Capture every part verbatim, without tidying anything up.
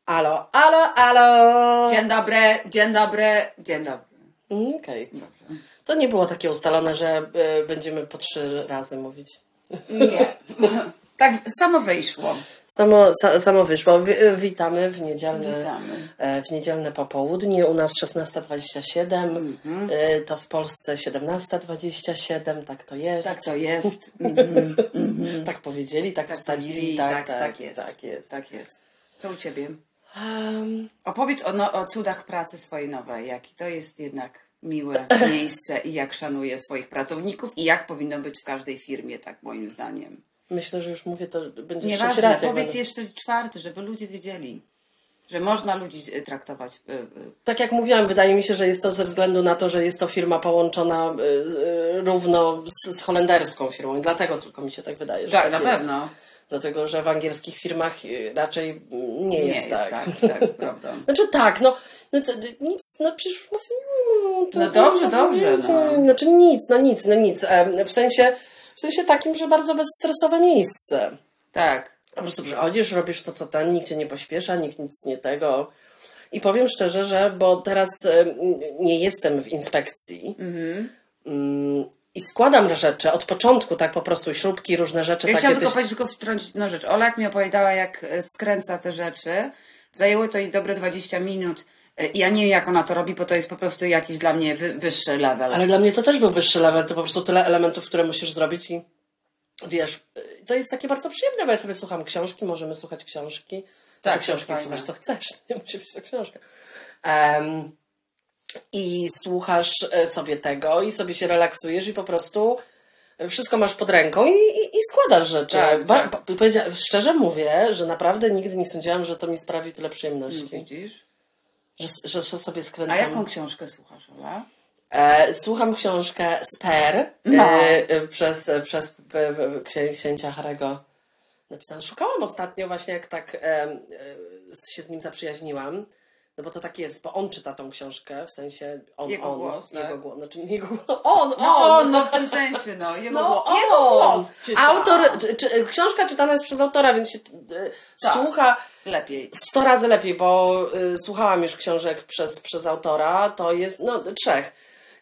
Alo, alo, alo. Dzień dobry, dzień dobry, dzień dobry. Okej. Okay. To nie było takie ustalone, że y, będziemy po trzy razy mówić. Nie. Tak samo wyszło. Samo, sa, samo wyszło. Wi, witamy w niedzielne, Witamy. E, w niedzielne popołudnie. U nas szesnasta dwadzieścia siedem. Mm-hmm. E, to w Polsce siedemnasta dwadzieścia siedem. Tak to jest. Tak to jest. Mm-hmm. Mm-hmm. Tak powiedzieli, tak, tak ustalili. Tak, tak, tak, tak, tak, jest. tak jest. Tak jest. Co u Ciebie? Um, Opowiedz o, no, o cudach pracy swojej nowej. Jaki to jest jednak miłe miejsce i jak szanuje swoich pracowników i jak powinno być w każdej firmie, tak moim zdaniem. Myślę, że już mówię, to będzie Nie trzeci ważne, raz. powiedz będę... jeszcze czwarty, żeby ludzie wiedzieli, że można ludzi traktować. Y, y. Tak jak mówiłam, wydaje mi się, że jest to ze względu na to, że jest to firma połączona y, y, równo z, z holenderską firmą i dlatego tylko mi się tak wydaje, że tak, tak na jest. pewno. Dlatego, że w angielskich firmach raczej nie jest, nie tak. jest tak. Tak, prawda. Znaczy tak, no, no to, nic, no przecież już mówiłam. No, to, no co dobrze, to dobrze. No. Znaczy nic, no nic, no nic. W sensie, w sensie takim, że bardzo bezstresowe miejsce. Tak. Po prostu przychodzisz, robisz to, co ten, nikt cię nie pośpiesza, nikt nic nie tego. I powiem szczerze, że, bo teraz nie jestem w inspekcji, Mhm. i składam rzeczy od początku, tak po prostu śrubki, różne rzeczy. Ja takie chciałam tylko tyś... powiedzieć, tylko wtrącić jedną rzecz. Ola jak mi opowiadała, jak skręca te rzeczy, zajęło to jej dobre dwadzieścia minut. I ja nie wiem, jak ona to robi, bo to jest po prostu jakiś dla mnie wy, wyższy level. Ale dla mnie to też był wyższy level, to po prostu tyle elementów, które musisz zrobić i wiesz, to jest takie bardzo przyjemne, bo ja sobie słucham książki, możemy słuchać książki. Tak, znaczy, książki fajne. słuchasz, co chcesz, nie musi być to książka. Um, I słuchasz sobie tego i sobie się relaksujesz i po prostu wszystko masz pod ręką i, i, i składasz rzeczy. Tak, ba, tak. Ba, powiedzia- szczerze mówię, że naprawdę nigdy nie sądziłam, że to mi sprawi tyle przyjemności. Widzisz? Że, że, że sobie skręcam. A jaką książkę słuchasz, Ola? E, słucham książkę Sper No. e, e, przez, przez e, e, księ, księcia Harry'ego napisane. Szukałam ostatnio właśnie, jak tak e, e, się z nim zaprzyjaźniłam. No bo to tak jest, bo on czyta tą książkę, w sensie on, Jego on, głos, jego tak? głos, znaczy nie jego głos, on, No, on, on, no w tym sensie, no. Jego, no, głos, on. jego głos czyta. Autor, czy, czy, książka czytana jest przez autora, więc się e, Tak. słucha Lepiej. sto razy lepiej, bo y, słuchałam już książek przez, przez autora, to jest, no, trzech.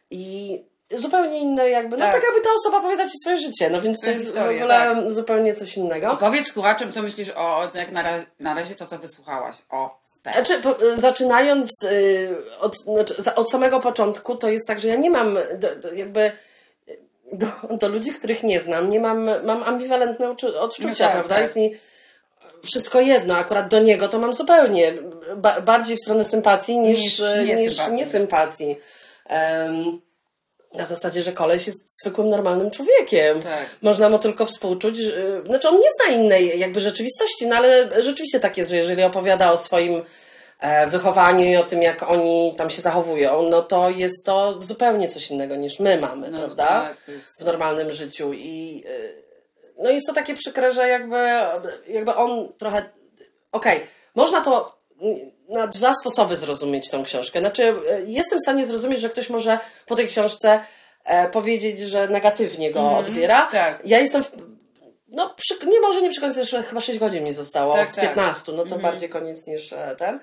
I zupełnie inne jakby, no Tak. tak jakby ta osoba opowiada ci swoje życie, no więc to Swoje jest historie, w ogóle tak. zupełnie coś innego. Powiedz słuchaczom, co myślisz o, o jak na, ra- na razie to, co wysłuchałaś, o Sper. Znaczy, po, zaczynając y, od, znaczy, za, od samego początku, to jest tak, że ja nie mam do, do, jakby do, do ludzi, których nie znam, nie mam, mam ambiwalentne uczu- odczucia, No tak, prawda? tak. Jest mi wszystko jedno, akurat do niego to mam zupełnie ba- bardziej w stronę sympatii niż, Niż niż niesympatii. niesympatii. Um, na zasadzie, że koleś jest zwykłym, normalnym człowiekiem. Tak. Można mu tylko współczuć. Że, znaczy on nie zna innej jakby rzeczywistości, no ale rzeczywiście tak jest, że jeżeli opowiada o swoim e, wychowaniu i o tym, jak oni tam się zachowują, no to jest to zupełnie coś innego niż my mamy, No, prawda? tak, to jest- W normalnym życiu i e, no jest to takie przykre, że jakby, jakby on trochę... Okej, okay, można to na dwa sposoby zrozumieć tą książkę. Znaczy, jestem w stanie zrozumieć, że ktoś może po tej książce e, powiedzieć, że negatywnie go Mhm, odbiera. tak. Ja jestem... W, no, przy, nie może nie przy końcu, jeszcze chyba sześć godzin mi zostało, Tak, z tak. piętnastu, no to Mhm. bardziej koniec niż e, ten.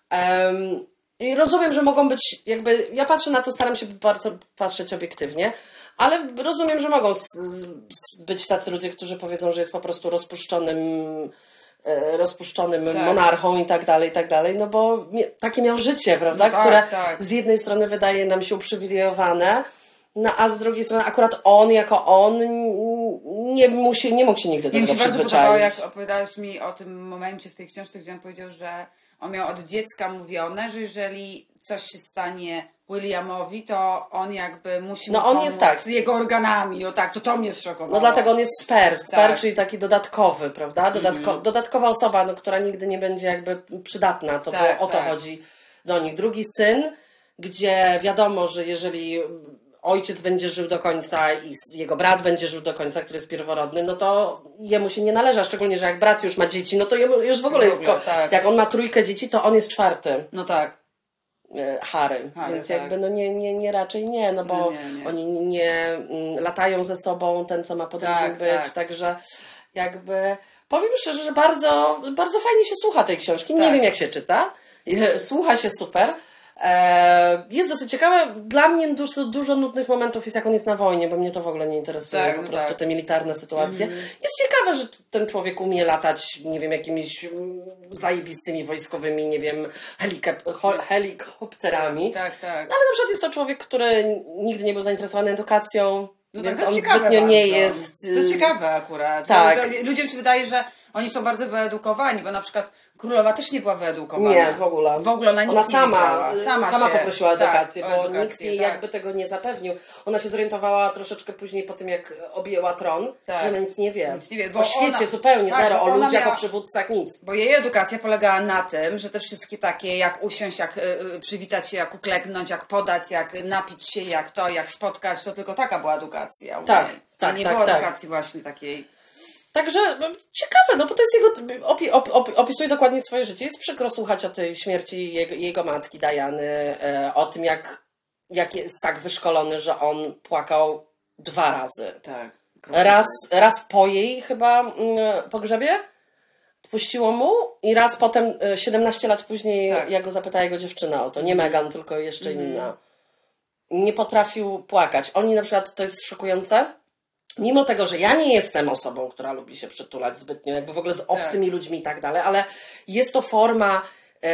Um, I rozumiem, że mogą być jakby... Ja patrzę na to, staram się bardzo patrzeć obiektywnie, ale rozumiem, że mogą z, z, być tacy ludzie, którzy powiedzą, że jest po prostu rozpuszczonym e, rozpuszczonym Tak. monarchą i tak dalej, i tak dalej, no bo mie- takie miał życie, prawda, No tak, które tak. z jednej strony wydaje nam się uprzywilejowane, no a z drugiej strony akurat on jako on nie, musi, nie mógł się nigdy do Nie mi tego się bardzo podobało, przyzwyczaić. jak opowiadałeś mi o tym momencie w tej książce, gdzie on powiedział, że on miał od dziecka mówione, że jeżeli coś się stanie Williamowi, to on jakby musi No mu on pomóc jest tak. z jego organami. O tak, to to mnie zszokowało. No dlatego on jest sper, sper, Tak. czyli taki dodatkowy, prawda? Dodatko, Mhm. Dodatkowa osoba, no, która nigdy nie będzie jakby przydatna, to Tak, bo o to tak. chodzi do nich. Drugi syn, gdzie wiadomo, że jeżeli ojciec będzie żył do końca i jego brat będzie żył do końca, który jest pierworodny, no to jemu się nie należy, a szczególnie, że jak brat już ma dzieci, no to jemu już w ogóle W jest... ogóle, Ko- tak. Jak on ma trójkę dzieci, to on jest czwarty. No tak. e, Harry, Harry, więc tak. jakby no nie, nie, nie raczej nie, no bo No nie, nie. oni nie mm, latają ze sobą, ten co ma podobnie Tak, być, tak. także jakby Powiem szczerze, że bardzo, bardzo fajnie się słucha tej książki. Nie Tak. wiem, jak się czyta. Słucha się super. E, jest dosyć ciekawe. Dla mnie dużo, dużo nudnych momentów jest, jak on jest na wojnie, bo mnie to w ogóle nie interesuje. Tak, po no prostu tak. te militarne sytuacje. Mm. Jest ciekawe, że ten człowiek umie latać, nie wiem, jakimiś mm, zajebistymi wojskowymi, nie wiem, helikop- ho- helikopterami. Tak, tak. Ale na przykład jest to człowiek, który nigdy nie był zainteresowany edukacją, No więc tak, to on jest ciekawe zbytnio bardzo. nie jest... To jest ciekawe akurat. Tak. To, to, ludziom się wydaje, że oni są bardzo wyedukowani, bo na przykład królowa też nie była wyedukowana. Nie, w ogóle. W ogóle ona nic Ona nie sama, wiedziała. Sama, sama się, poprosiła o edukację, tak, bo o edukację, nikt jej tak. jakby tego nie zapewnił. Ona się zorientowała troszeczkę później po tym, jak objęła tron, Tak. że ona nic nie wie. Nic nie wie, bo o świecie ona- zupełnie tak, zero, bo o ona ludziach, miała- o przywódcach nic. Bo jej edukacja polegała na tym, że te wszystkie takie, jak usiąść, jak y, y, przywitać się, jak uklęknąć, jak podać, jak napić się, jak to, jak spotkać, to tylko taka była edukacja. u Tak, niej. tak, Nie tak, było tak. edukacji właśnie takiej. Także no, ciekawe, no bo to jest jego, opi, op, op, opisuje dokładnie swoje życie. Jest przykro słuchać o tej śmierci jego, jego matki Diany, e, o tym jak, jak jest tak wyszkolony, że on płakał dwa razy. Tak. Raz, raz po jej chyba mm, pogrzebie puściło mu i raz potem, e, siedemnaście lat później, Tak. jak go zapytała jego dziewczyna o to. Nie Meghan, tylko jeszcze inna. Nie potrafił płakać. Oni na przykład, to jest szokujące, mimo tego, że ja nie jestem osobą, która lubi się przytulać zbytnio, jakby w ogóle z obcymi ludźmi i tak dalej, ale jest to forma e,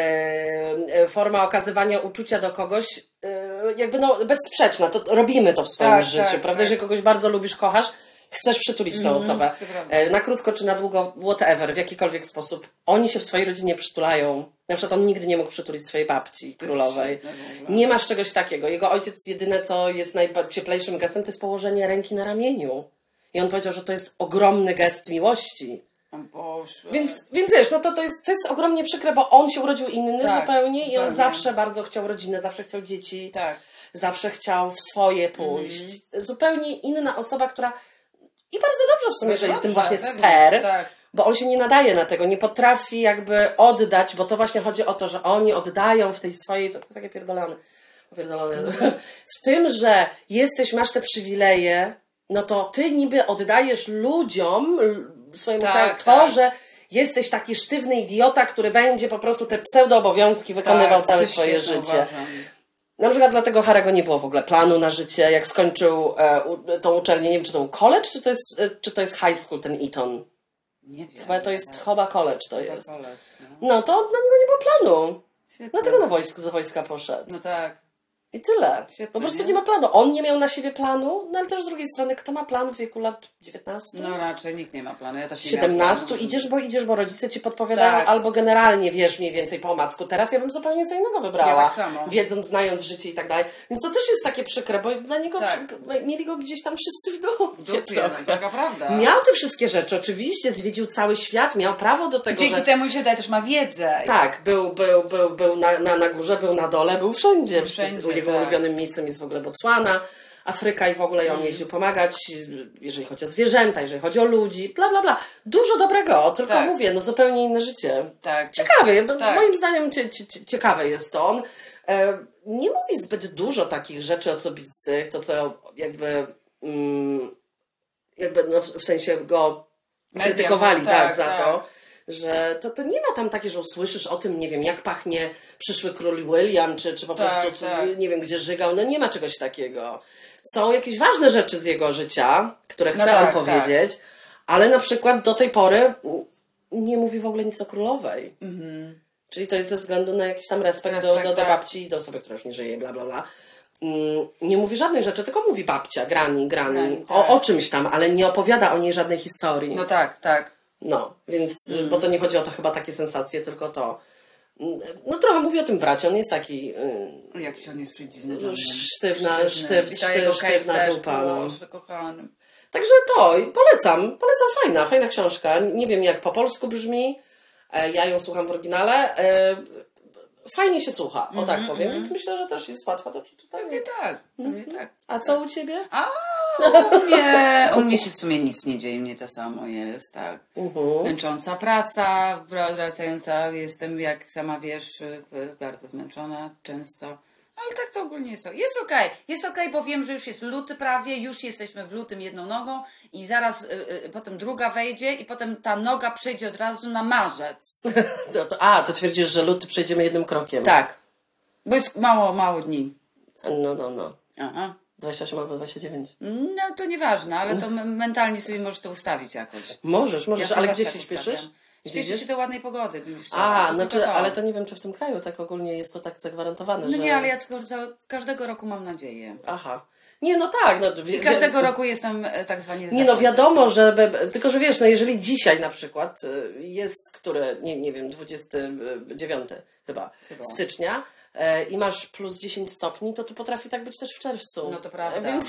e, forma okazywania uczucia do kogoś e, jakby no bezsprzeczna. To robimy to w swoim Tak, życiu, tak, prawda? tak. Jeżeli kogoś bardzo lubisz, kochasz, chcesz przytulić tę osobę. to prawda. E, na krótko czy na długo, whatever, w jakikolwiek sposób. Oni się w swojej rodzinie przytulają. Na przykład on nigdy nie mógł przytulić swojej babci To jest królowej. świetne w ogóle. Nie masz czegoś takiego. Jego ojciec jedyne, co jest najcieplejszym gestem, to jest położenie ręki na ramieniu. I on powiedział, że to jest ogromny gest miłości. O Boże. Więc, więc wiesz, no to, to, jest, to jest ogromnie przykre, bo on się urodził inny Tak, zupełnie i on zupełnie. zawsze bardzo chciał rodzinę, zawsze chciał dzieci, Tak. zawsze chciał w swoje pójść. Zupełnie inna osoba, która... I bardzo dobrze w sumie, że jest tym Dobrze, właśnie pewnie, sper, tak. bo on się nie nadaje na tego, nie potrafi jakby oddać, bo to właśnie chodzi o to, że oni oddają w tej swojej, to, to takie pierdolone, pierdolone w tym, że jesteś, masz te przywileje, no to ty niby oddajesz ludziom, l- swojemu Tak, kraju, to, tak. że jesteś taki sztywny idiota, który będzie po prostu te pseudo-obowiązki wykonywał Tak, całe to jest swoje świetne, życie. uważam. Na przykład dlatego Harry'ego nie było w ogóle planu na życie, jak skończył e, u, tą uczelnię, nie wiem, czy to był college, czy to jest, e, czy to jest high school, ten Eton. Nie wiem. Chyba to jest, chyba college to Chyba jest. college, no. No to na niego nie było planu. Świetne. Dlatego na wojsko, do wojska poszedł. No tak. I tyle. Świetne, Po prostu nie? nie ma planu. On nie miał na siebie planu, no ale też z drugiej strony, kto ma plan w wieku lat dziewiętnastu? No raczej nikt nie ma planu. Ja też nie siedemnastu, miałam planu. idziesz, bo idziesz, bo rodzice ci podpowiadają, Tak. albo generalnie wiesz mniej więcej po omacku. Teraz ja bym zupełnie co innego wybrała. Ja tak samo. Wiedząc, znając życie i tak dalej. Więc to też jest takie przykre, bo dla niego Tak. wszy- mieli go gdzieś tam wszyscy w dupie. W dupie, trochę. no, taka prawda. Miał te wszystkie rzeczy, oczywiście, zwiedził cały świat, miał prawo do tego, Dzięki że... temu mi się wydaje, też ma wiedzę. Tak, był, był, był, był na, na, na górze, był na dole, był wszędzie. Był wszędzie, Jego tak. ulubionym miejscem jest w ogóle Botswana, Afryka i w ogóle Mm. on jeździł pomagać, jeżeli chodzi o zwierzęta, jeżeli chodzi o ludzi, bla, bla, bla. Dużo dobrego, tylko Tak. mówię, no zupełnie inne życie. Tak. Ciekawe, bo Tak. moim zdaniem cie, cie, cie- ciekawe jest to. On e, nie mówi zbyt dużo takich rzeczy osobistych, to co jakby, mm, jakby no, w w sensie go Media, krytykowali tak, tak, za tak. to, że to, to nie ma tam takie, że usłyszysz o tym, nie wiem, jak pachnie przyszły król William, czy, czy po Tak, prostu, tak. nie wiem, gdzie żygał, no nie ma czegoś takiego. Są jakieś ważne rzeczy z jego życia, które chce No tak, on powiedzieć, ale na przykład do tej pory mm, nie mówi w ogóle nic o królowej. Czyli to jest ze względu na jakiś tam respekt, Respekt, do, do, do tak. babci i do osoby, która już nie żyje, bla, bla, bla. Mm, Nie mówi żadnych rzeczy, tylko mówi babcia, grani, grani, Grani, tak. o, o czymś tam, ale nie opowiada o niej żadnej historii. No tak, tak. No, więc, y, bo to nie chodzi o to chyba takie sensacje, tylko to. Mm, No trochę mówi o tym bracie, on jest taki y, Jakiś on jest przedziwny. dla mnie. sztywna, sztyw, I ta jego sztyw, sztywna Kate też, dupa, no. Boże, kochany. Także to, i polecam, polecam, fajna, fajna książka. Nie wiem jak po polsku brzmi, e, ja ją słucham w oryginale. E, Fajnie się słucha, o tak powiem, więc myślę, że też jest łatwa do przeczytania. Nie tak, u mnie tak. A co u Ciebie? A u mnie, u mnie się w sumie nic nie dzieje, mnie to samo jest, tak. Mhm. Męcząca praca, wracająca, jestem, jak sama wiesz, y, y, bardzo zmęczona często. Ale tak to ogólnie jest. Jest okej. Okay. Jest okej, okay, bo wiem, że już jest luty prawie, już jesteśmy w lutym jedną nogą i zaraz y, y, potem druga wejdzie i potem ta noga przejdzie od razu na marzec. to, to, a, to twierdzisz, że luty przejdziemy jednym krokiem. Tak. Bo jest mało, mało dni. No, no, no. Aha. dwadzieścia osiem albo dwadzieścia dziewięć. No to nieważne, ale to mentalnie sobie możesz to ustawić jakoś. Możesz, możesz, ja ale gdzie gdzie się śpieszysz? Śpieszę się do ładnej pogody. A, znaczy, to. ale to nie wiem, czy w tym kraju tak ogólnie jest to tak zagwarantowane, No że... nie, ale ja tylko każdego roku mam nadzieję. Aha. Nie, no tak. No, I każdego wie... roku jestem tak zwanie... Nie, no wiadomo, że... Tylko, że wiesz, no jeżeli dzisiaj na przykład jest, które, nie, nie wiem, dwudziestego dziewiątego chyba, chyba. stycznia e, i masz plus dziesięć stopni, to tu potrafi tak być też w czerwcu. No to prawda. Więc...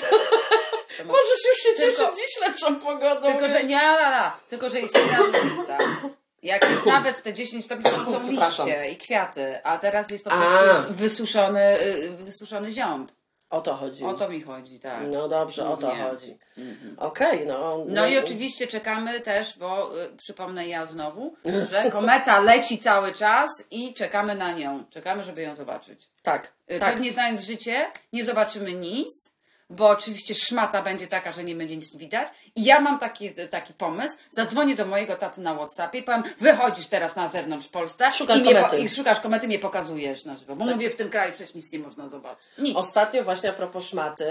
Możesz już się cieszyć tylko, dziś lepszą pogodą. Tylko, że nie, la, la, tylko, że jest jedna różnica. Jak jest nawet te dziesięć stopni, są, są liście i kwiaty, a teraz jest po prostu wysuszony, wysuszony ziąb. O to chodzi. O to mi chodzi, tak. No dobrze, o to chodzi. Mm-hmm. Okej, okay, no, no. No i oczywiście czekamy też, bo y, przypomnę ja znowu, że kometa leci cały czas i czekamy na nią. Czekamy, żeby ją zobaczyć. Tak. Y, tak. Pewnie znając życie, nie zobaczymy nic, bo oczywiście szmata będzie taka, że nie będzie nic widać. I ja mam taki, taki pomysł, zadzwonię do mojego taty na WhatsAppie i powiem, wychodzisz teraz na zewnątrz w Polsce szukasz i, komety. Po, i szukasz komety, mnie pokazujesz na żywo. Bo tak. Mówię, w tym kraju przecież nic nie można zobaczyć. Nic. Ostatnio właśnie a propos szmaty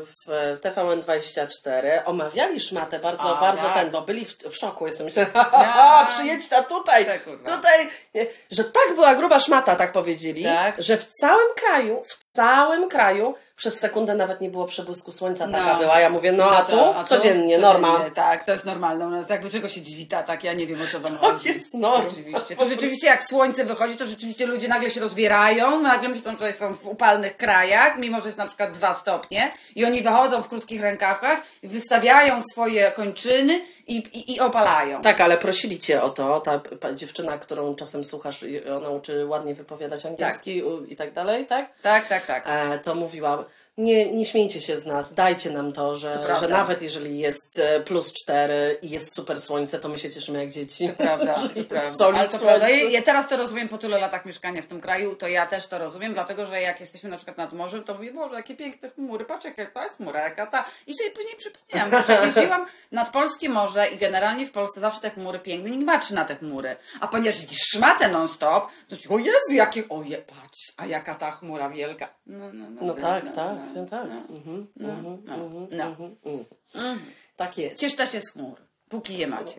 w T V N dwadzieścia cztery omawiali szmatę bardzo, a, bardzo tak. ten, bo byli w, w szoku. Jestem myślę, ja. przyjedź na tutaj, tak, tutaj, nie, że tak była gruba szmata, tak powiedzieli, tak. że w całym kraju, w całym kraju przez sekundę nawet nie było przebłysku słońca, no. taka była. Ja mówię, no a tu a to, codziennie, norma. Tak, to jest normalne u nas. Jak dlaczego się dziwi tak? Ja nie wiem, o co wam to chodzi. Jest norma. Rzeczywiście. To rzeczywiście jak słońce wychodzi, to rzeczywiście ludzie nagle się rozbierają, nagle myślą, że są w upalnych krajach, mimo że jest na przykład dwa stopnie i oni wychodzą w krótkich rękawkach, wystawiają swoje kończyny i, i, i opalają. Tak, ale prosili cię o to, ta, ta dziewczyna, którą czasem słuchasz, ona uczy ładnie wypowiadać angielski tak. i tak dalej, tak? Tak, tak, tak. E, to mówiła, nie, nie śmiejcie się z nas, dajcie nam to, że, to że nawet jeżeli jest plus cztery i jest super słońce, to my się cieszymy jak dzieci. To prawda, to prawda. Ale to prawda. Ja, ja teraz to rozumiem po tylu latach mieszkania w tym kraju, to ja też to rozumiem, dlatego że jak jesteśmy na przykład nad morzem, to mówię, Boże, jakie piękne chmury, patrz jaka ta chmura, jaka ta. I sobie później przypomniałam, że jak jeździłam nad polskie morze i generalnie w Polsce zawsze te chmury piękne, nikt patrzy na te chmury. A ponieważ widzisz szmatę non stop, to się, o Jezu, jakie, o je, patrz, a jaka ta chmura wielka. No, no, no, no tak, no, tak, no, tak. No. Mhm, no, mhm, no, mhm, no. mhm, mhm. Tak jest. Cieszcie się z chmur, póki je macie.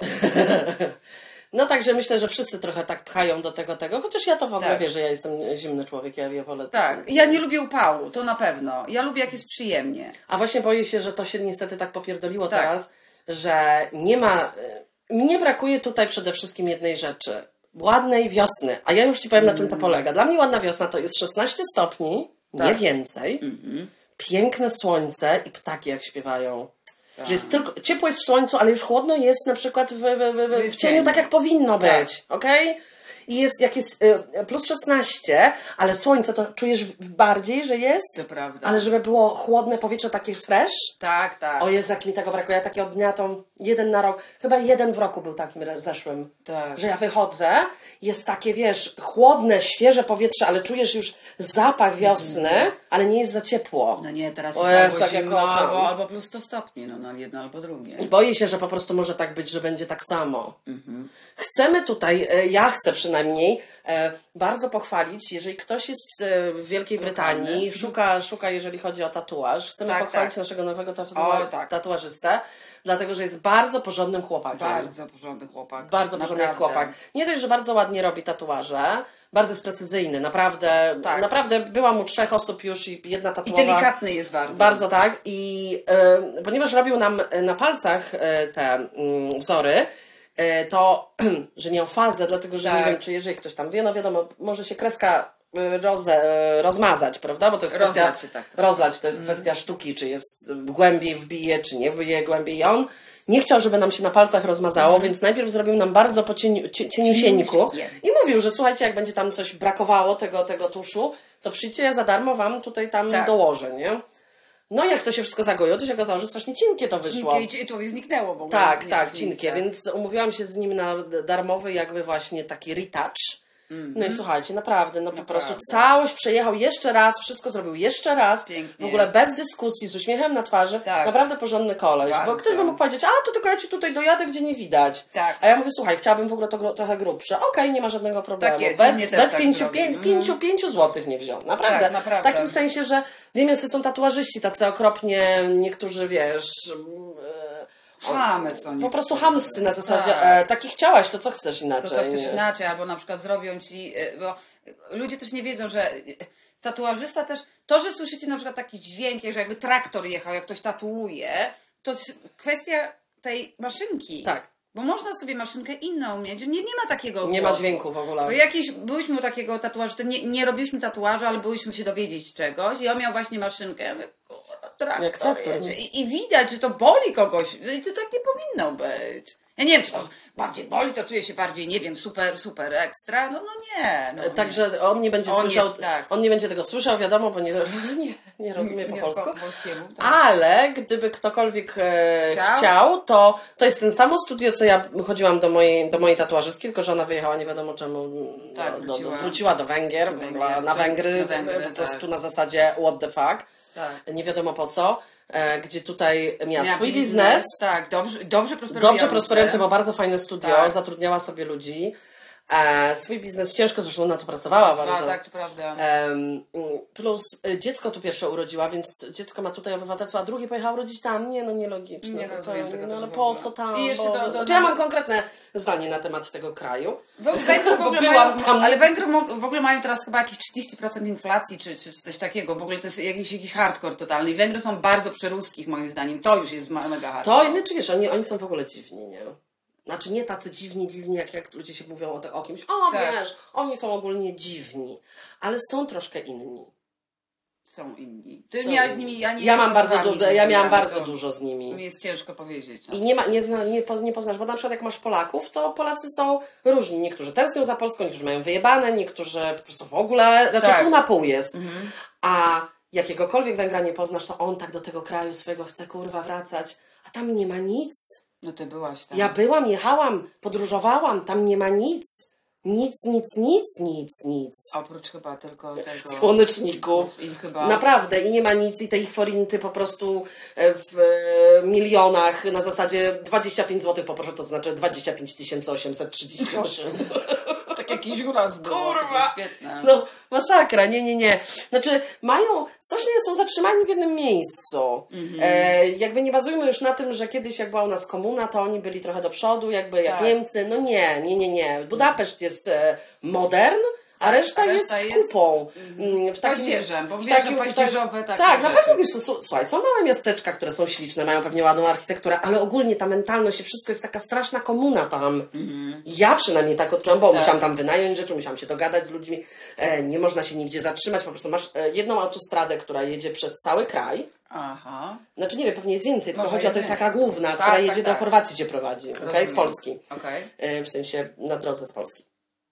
No także myślę, że wszyscy trochę tak pchają do tego, tego, chociaż ja to w ogóle tak. wiem, że ja jestem zimny człowiek, ja, ja wolę... Tak, ja nie lubię upału, to na pewno. Ja lubię jak jest przyjemnie. A właśnie boję się, że to się niestety tak popierdoliło tak. teraz, że nie ma... Mnie brakuje tutaj przede wszystkim jednej rzeczy. Ładnej wiosny. A ja już Ci powiem, mm. na czym to polega. Dla mnie ładna wiosna to jest szesnaście stopni, tak. nie więcej, mm-hmm. piękne słońce i ptaki jak śpiewają. Tak. Że jest tylko, ciepło jest w słońcu, ale już chłodno jest na przykład w, w, w, w, w cieniu, tak jak powinno być. Tak. Okej? Okay? I jest, jak jest y, plus szesnaście, ale słońce to czujesz bardziej, że jest. To prawda. Ale żeby było chłodne powietrze, takie fresh. Tak, tak. O Jezu, jak mi tego brakuje. Ja takiego dnia to jeden na rok, chyba jeden w roku był takim zeszłym. Tak. Że ja wychodzę, jest takie, wiesz, chłodne, świeże powietrze, ale czujesz już zapach wiosny, mm. ale nie jest za ciepło. No nie, teraz o jest Jezu, albo zimno, albo, albo plus sto stopni, no, no jedno albo drugie. I boję się, że po prostu może tak być, że będzie tak samo. Mm-hmm. Chcemy tutaj, ja chcę przynajmniej e, bardzo pochwalić, jeżeli ktoś jest e, w Wielkiej Brytanii, szuka, szuka jeżeli chodzi o tatuaż, chcemy tak, pochwalić tak. naszego nowego tatuaż, o, tak. tatuażystę, dlatego, że jest bardzo porządnym chłopakiem. Bardzo porządny chłopak. Bardzo porządny jest chłopak. Nie dość, że bardzo ładnie robi tatuaże, bardzo jest precyzyjny, naprawdę, tak. naprawdę byłam u trzech osób już i jedna tatuowa. I delikatny jest bardzo. Bardzo tak i e, ponieważ robił nam na palcach e, te m, wzory, to, że miał fazę, dlatego, że tak. nie wiem, czy jeżeli ktoś tam wie, no wiadomo, może się kreska roz, rozmazać, prawda? Bo to jest kwestia... Rozlać się, tak. Rozlać, to jest mm. kwestia sztuki, czy jest głębiej wbije, czy nie wbije głębiej. I on nie chciał, żeby nam się na palcach rozmazało, mm. więc najpierw zrobił nam bardzo po cieniu, cie, cieniusieńku i mówił, że słuchajcie, jak będzie tam coś brakowało tego, tego tuszu, to przyjdźcie, ja za darmo wam tutaj tam tak. dołożę, nie? No jak to się wszystko zagoiło, to się okazało, że strasznie cienkie to wyszło. Cienkie i to mi zniknęło w ogóle. Tak, tak, cienkie, więc umówiłam się z nim na darmowy jakby właśnie taki retouch, Mm-hmm. No i słuchajcie, naprawdę, no naprawdę. Po prostu całość przejechał jeszcze raz, wszystko zrobił jeszcze raz. Pięknie. W ogóle bez dyskusji, z uśmiechem na twarzy. Tak. Naprawdę porządny koleś. Bardzo. Bo ktoś by mógł powiedzieć, a to tylko ja ci tutaj dojadę, gdzie nie widać. Tak. A ja mówię, słuchaj, chciałabym w ogóle to gro- trochę grubsze. Okej, okay, nie ma żadnego problemu. Tak jest, bez bez tak pięciu, pię- pięciu, pięciu złotych nie wziął. Naprawdę. Tak, naprawdę. W takim sensie, że wiem, jacy są tatuażyści, tacy okropnie, niektórzy, wiesz... Chamy są. Po prostu chamscy na zasadzie, tak. e, taki chciałaś, to co chcesz inaczej. To co chcesz nie? inaczej, albo na przykład zrobią ci, bo ludzie też nie wiedzą, że tatuażysta też, to, że słyszycie na przykład taki dźwięk, że jakby traktor jechał, jak ktoś tatuuje, to jest kwestia tej maszynki. Tak. Bo można sobie maszynkę inną mieć, nie, nie ma takiego głosu. Nie ma dźwięku w ogóle. Bo jakieś, byliśmy u takiego tatuażysty, nie, nie robiliśmy tatuażu, ale byliśmy się dowiedzieć czegoś i on miał właśnie maszynkę. Ja mówię, traktor, jak traktor. I, I widać, że to boli kogoś. I to tak nie powinno być. Ja nie wiem, czy to bardziej boli, to czuje się bardziej, nie wiem, super, super ekstra. No, no nie. No, Także nie. on nie będzie on słyszał, jest, tak. on nie będzie tego słyszał, wiadomo, bo nie, nie, nie rozumie po nie, polsku. Po, polskiemu, tak. Ale gdyby ktokolwiek e, chciał? chciał, to, to jest ten samo studio, co ja chodziłam do mojej, do mojej tatuażystki, tylko że ona wyjechała nie wiadomo czemu, tak, do, wróciła. Do, wróciła do Węgier, Węgier na Węgry, na Węgry po prostu tak. na zasadzie what the fuck, tak. nie wiadomo po co. E, gdzie tutaj miała, miała swój biznes, biznes. Tak, dobrze, dobrze prosperujący. Dobrze prosperujący, bo bardzo fajne studio, tak. zatrudniała sobie ludzi. E, swój biznes ciężko, zresztą na to pracowała Pracowała, bardzo. tak, to prawda. E, plus dziecko tu pierwsze urodziła, więc dziecko ma tutaj obywatelstwo, a drugi pojechał rodzić tam. Nie, no nielogiczne. Nie rozumiem tego no, no po co tam? I jeszcze bo, do, do, czy ja mam konkretne zdanie na temat tego kraju? Węgry w ogóle byłam mają, tam. Ale Węgry w ogóle mają teraz chyba jakieś trzydzieści procent inflacji, czy, czy coś takiego. W ogóle to jest jakiś, jakiś hardcore totalny. I Węgry są bardzo przeruskich moim zdaniem. To już jest mega hardcore. To, znaczy wiesz, oni, oni są w ogóle dziwni, nie? Znaczy nie tacy dziwni, dziwni, jak, jak ludzie się mówią o, te, o kimś. O, tak. wiesz, oni są ogólnie dziwni, ale są troszkę inni. Są inni. Ty miałaś z nimi, ja nie Ja mam bardzo dużo, ja miałam bardzo dużo z nimi. Mi jest ciężko powiedzieć. No. I nie, ma, nie, zna, nie, nie poznasz, bo na przykład jak masz Polaków, to Polacy są różni. Niektórzy tęsknią za Polską, niektórzy mają wyjebane, niektórzy po prostu w ogóle, znaczy tak. pół na pół jest. Mhm. A jakiegokolwiek Węgra nie poznasz, to on tak do tego kraju swojego chce kurwa wracać, a tam nie ma nic. No ty byłaś tam. Ja byłam, jechałam, podróżowałam, tam nie ma nic. Nic, nic, nic, nic, nic. Oprócz chyba tylko tego... Słoneczników. I chyba... Naprawdę. I nie ma nic. I te ich forinty po prostu w milionach na zasadzie dwadzieścia pięć złotych poproszę, to znaczy dwadzieścia pięć tysięcy osiemset trzydzieści osiem. Tak jakiś uraz było. Kurwa. Świetne. No, masakra. Nie, nie, nie. Znaczy mają, strasznie są zatrzymani w jednym miejscu. Mm-hmm. E, jakby nie bazujmy już na tym, że kiedyś jak była u nas komuna, to oni byli trochę do przodu, jakby jak tak. Niemcy. No nie, nie, nie, nie. Budapeszt jest e, modern, a reszta, a reszta jest, jest kupą. W takim, paździerzem, bo wieże paździerzowe tak. Tak, na pewno wiesz, to są, słuchaj, są małe miasteczka, które są śliczne, mają pewnie ładną architekturę, ale ogólnie ta mentalność i wszystko jest taka straszna komuna tam. Mm-hmm. Ja przynajmniej tak odczułam, bo tak. musiałam tam wynająć rzeczy, musiałam się dogadać z ludźmi, e, nie można się nigdzie zatrzymać, po prostu masz e, jedną autostradę, która jedzie przez cały kraj. Aha. Znaczy nie wiem, pewnie jest więcej, tylko chodzi o to jest taka główna, tak, która tak, jedzie tak, do tak. Chorwacji, cię prowadzi, okay? Z Polski. Okay. E, w sensie na drodze z Polski.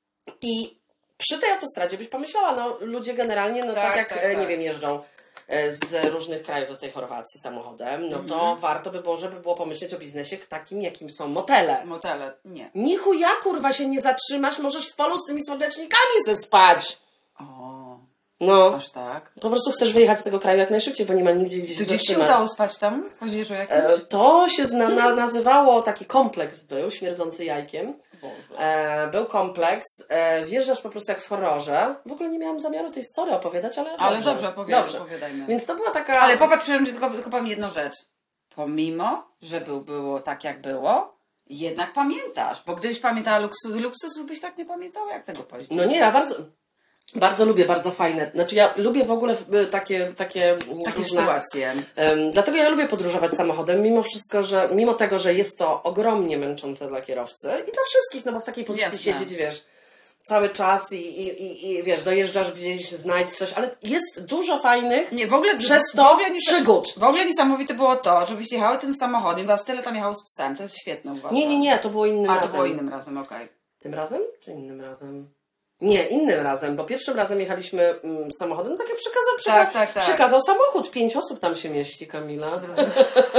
I przy tej autostradzie byś pomyślała, no ludzie generalnie, no tak, tak jak, tak, tak. nie wiem, jeżdżą z różnych krajów do tej Chorwacji samochodem, no to mhm. warto by było, żeby było pomyśleć o biznesie takim, jakim są motele. Motele, nie. Ni chuja, kurwa, się nie zatrzymasz, możesz w polu z tymi słonecznikami ze spać. O, no. Aż tak? Po prostu chcesz wyjechać z tego kraju jak najszybciej, bo nie ma nigdzie gdzie się zatrzymać. Czy się udało spać tam? W Paździerzu jakimś? E, to się zna, na, nazywało, taki kompleks był, śmierdzący jajkiem. E, był kompleks, e, wjeżdżasz po prostu jak w horrorze. W ogóle nie miałam zamiaru tej historii opowiadać, ale Ale dobrze, dobrze, opowiadaj, dobrze. opowiadajmy. Więc to była taka... Ale popatrz, tylko, tylko powiem jedną rzecz. Pomimo, że był, było tak jak było, jednak pamiętasz. Bo gdybyś pamiętała luksus, luksusu, byś tak nie pamiętała jak tego powiedzieć. No nie, ja bardzo... Bardzo lubię, bardzo fajne. Znaczy ja lubię w ogóle takie takie, takie różne, sytuacje. Um, dlatego ja lubię podróżować samochodem, mimo wszystko, że mimo tego, że jest to ogromnie męczące dla kierowcy i dla wszystkich, no bo w takiej pozycji Jasne. siedzieć, wiesz, cały czas i, i, i, i wiesz, dojeżdżasz gdzieś, znajdź coś, ale jest dużo fajnych nie, w ogóle, przez to w ogóle przygód. W ogóle niesamowite było to, żebyście jechały tym samochodem, was tyle tam jechało z psem, to jest świetne, uważam. Nie, nie, nie, to było innym A, razem. A, to było innym razem, okej. Okay. Tym razem? Czy innym razem? Nie, innym razem, bo pierwszym razem jechaliśmy mm, samochodem, tak jak przekazał, przeka- tak, tak, tak. przekazał samochód. Pięć osób tam się mieści, Kamila.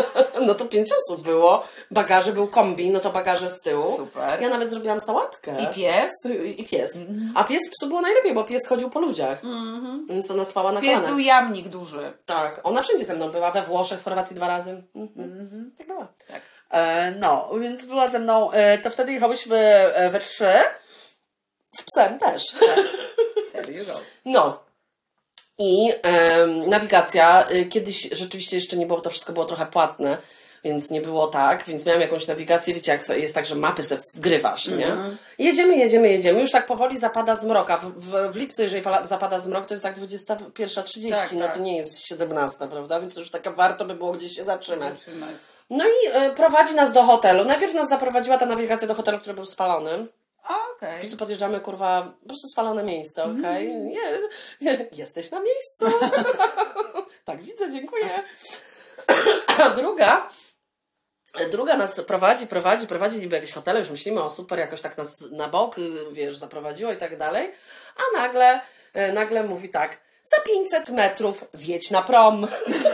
No to pięć osób było. Bagaże był kombi, no to bagaże z tyłu. Super. Ja nawet zrobiłam sałatkę. I pies? I pies. Mm-hmm. A pies psu było najlepiej, bo pies chodził po ludziach. Mm-hmm. Więc ona spała na pies kolanach. Pies był jamnik duży. Tak. Ona wszędzie ze mną była. We Włoszech, w Chorwacji dwa razy. Mm-hmm. Mm-hmm. Tak była. Tak. E, no, więc była ze mną, e, to wtedy jechałyśmy e, we trzy. Z psem też. Tak. There you go. No. I em, nawigacja. Y, kiedyś rzeczywiście jeszcze nie było, to wszystko było trochę płatne, więc nie było tak, więc miałam jakąś nawigację, wiecie, jak jest tak, że mapy sobie wgrywasz, nie? Mm-hmm. Jedziemy, jedziemy, jedziemy. Już tak powoli zapada zmrok, a w, w, w lipcu, jeżeli pala, zapada zmrok, to jest tak dwudziesta pierwsza trzydzieści, tak, no tak. To nie jest siedemnasta, prawda? Więc już taka warto by było gdzieś się zatrzymać. zatrzymać. No i y, prowadzi nas do hotelu. Najpierw nas zaprowadziła ta nawigacja do hotelu, który był spalony. A, okej. Okay. Po prostu podjeżdżamy, kurwa, po prostu spalone miejsce, okej? Okay? Mm. Je, je, jesteś na miejscu. Tak, widzę, dziękuję. A druga, druga nas prowadzi, prowadzi, prowadzi niby jakieś hotele, już myślimy, o super, jakoś tak nas na bok, wiesz, zaprowadziło i tak dalej. A nagle, nagle mówi tak, za pięćset metrów wjedź na prom.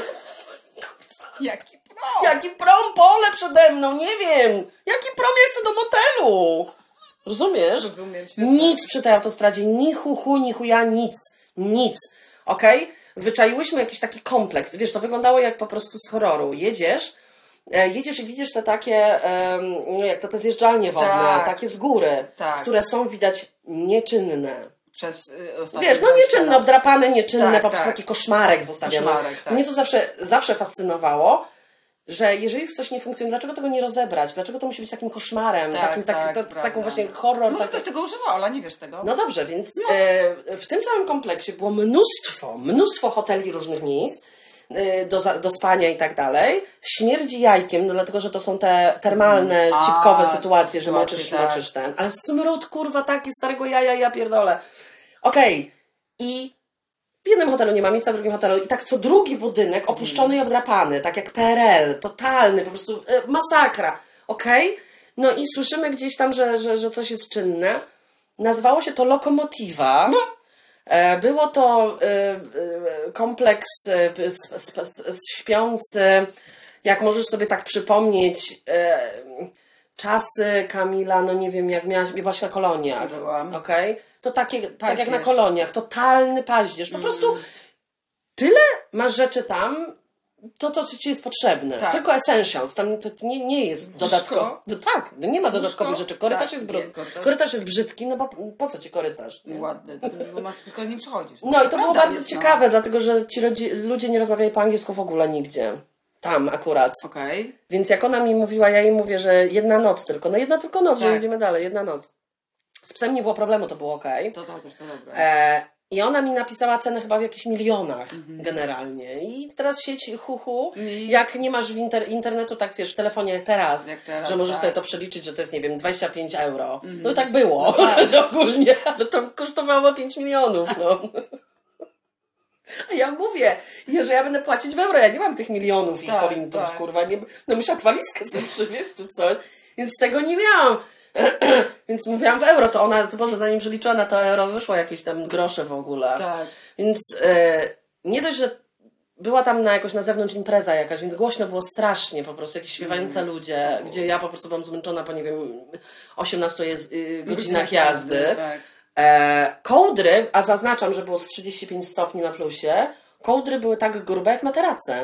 Jaki prom? Jaki prom? Pole przede mną, nie wiem. Jaki prom, ja chcę do motelu. Rozumiesz? Rozumiem. Nic przy tej autostradzie, ni hu hu, ni chuja, nic. Nic. Okej? Okay? Wyczaiłyśmy jakiś taki kompleks. Wiesz, to wyglądało jak po prostu z horroru. Jedziesz, e, jedziesz i widzisz te takie, e, no jak to te zjeżdżalnie wodne, tak. takie z góry, tak. które są widać nieczynne. Przez y, Wiesz, no nieczynne, obdrapane, nieczynne, tak, po prostu tak. taki koszmarek zostawiony. Koszmarek, tak. Mnie to zawsze, zawsze fascynowało, że jeżeli już coś nie funkcjonuje, dlaczego tego nie rozebrać? Dlaczego to musi być takim koszmarem? Tak, takim, tak, tak, to, taką właśnie horror. Może tak... ktoś tego używa, ale nie wiesz tego. No dobrze, więc no. E, w tym całym kompleksie było mnóstwo, mnóstwo hoteli różnych miejsc e, do, do spania i tak dalej. Śmierdzi jajkiem, no dlatego, że to są te termalne, A, cipkowe sytuacje, że moczysz, tak. moczysz ten. Ale smród, kurwa, taki starego jaja, ja pierdolę. Okej. Okay. I w jednym hotelu nie ma miejsca, w drugim hotelu i tak co drugi budynek opuszczony i obdrapany, tak jak P R L, totalny, po prostu e, masakra, okej? Okay? No i słyszymy gdzieś tam, że, że, że coś jest czynne. Nazywało się to Lokomotiva. No. E, było to e, e, kompleks e, sp, sp, sp, śpiący, jak możesz sobie tak przypomnieć, e, czasy Kamila, no nie wiem, jak miałaś, byłaś na koloniach. Byłam. Okej? Okay? To takie, tak jak na koloniach, totalny paździerz. Po mm. prostu tyle masz rzeczy tam, to to, co ci jest potrzebne. Tak. Tylko essentials. Tam to nie, nie jest dodatkowo. No, tak, no nie ma dodatkowych rzeczy. Korytarz tak, jest brudny. Korytarz. korytarz jest brzydki, no bo po co ci korytarz? Nie? Ładny, bo masz tylko nim przechodzisz. No, no i to było bardzo jest, ciekawe, no. dlatego że ci ludzi, ludzie nie rozmawiali po angielsku w ogóle nigdzie. Tam akurat. Okay. Więc jak ona mi mówiła, ja jej mówię, że jedna noc tylko. No jedna tylko noc, tak. że jedziemy dalej, jedna noc. Z psem nie było problemu, to było okej. Okay. To tak, to dobre. E, I ona mi napisała cenę chyba w jakichś milionach mm-hmm. generalnie. I teraz sieć huhu, I... jak nie masz w inter- internetu, tak wiesz, w telefonie teraz, teraz że możesz tak. sobie to przeliczyć, że to jest, nie wiem, dwadzieścia pięć euro. Mm-hmm. No tak było no tak. ogólnie, ale to kosztowało pięć milionów. No. A ja mówię, że ja będę płacić w euro, ja nie mam tych milionów tak, i forintów, tak. kurwa. Nie, no musiała walizkę sobie przywieźć czy coś, więc tego nie miałam. Więc mówiłam w euro, to ona, Boże, zanim przeliczyła na to euro, wyszło jakieś tam grosze w ogóle. Tak. Więc e, nie dość, że była tam na jakoś na zewnątrz impreza jakaś, więc głośno było strasznie, po prostu jakieś śpiewające mm. ludzie, gdzie ja po prostu byłam zmęczona po, nie wiem, osiemnastu jez- y, godzinach jazdy. Tak. E, kołdry, a zaznaczam, że było z trzydzieści pięć stopni na plusie, kołdry były tak grube jak materace.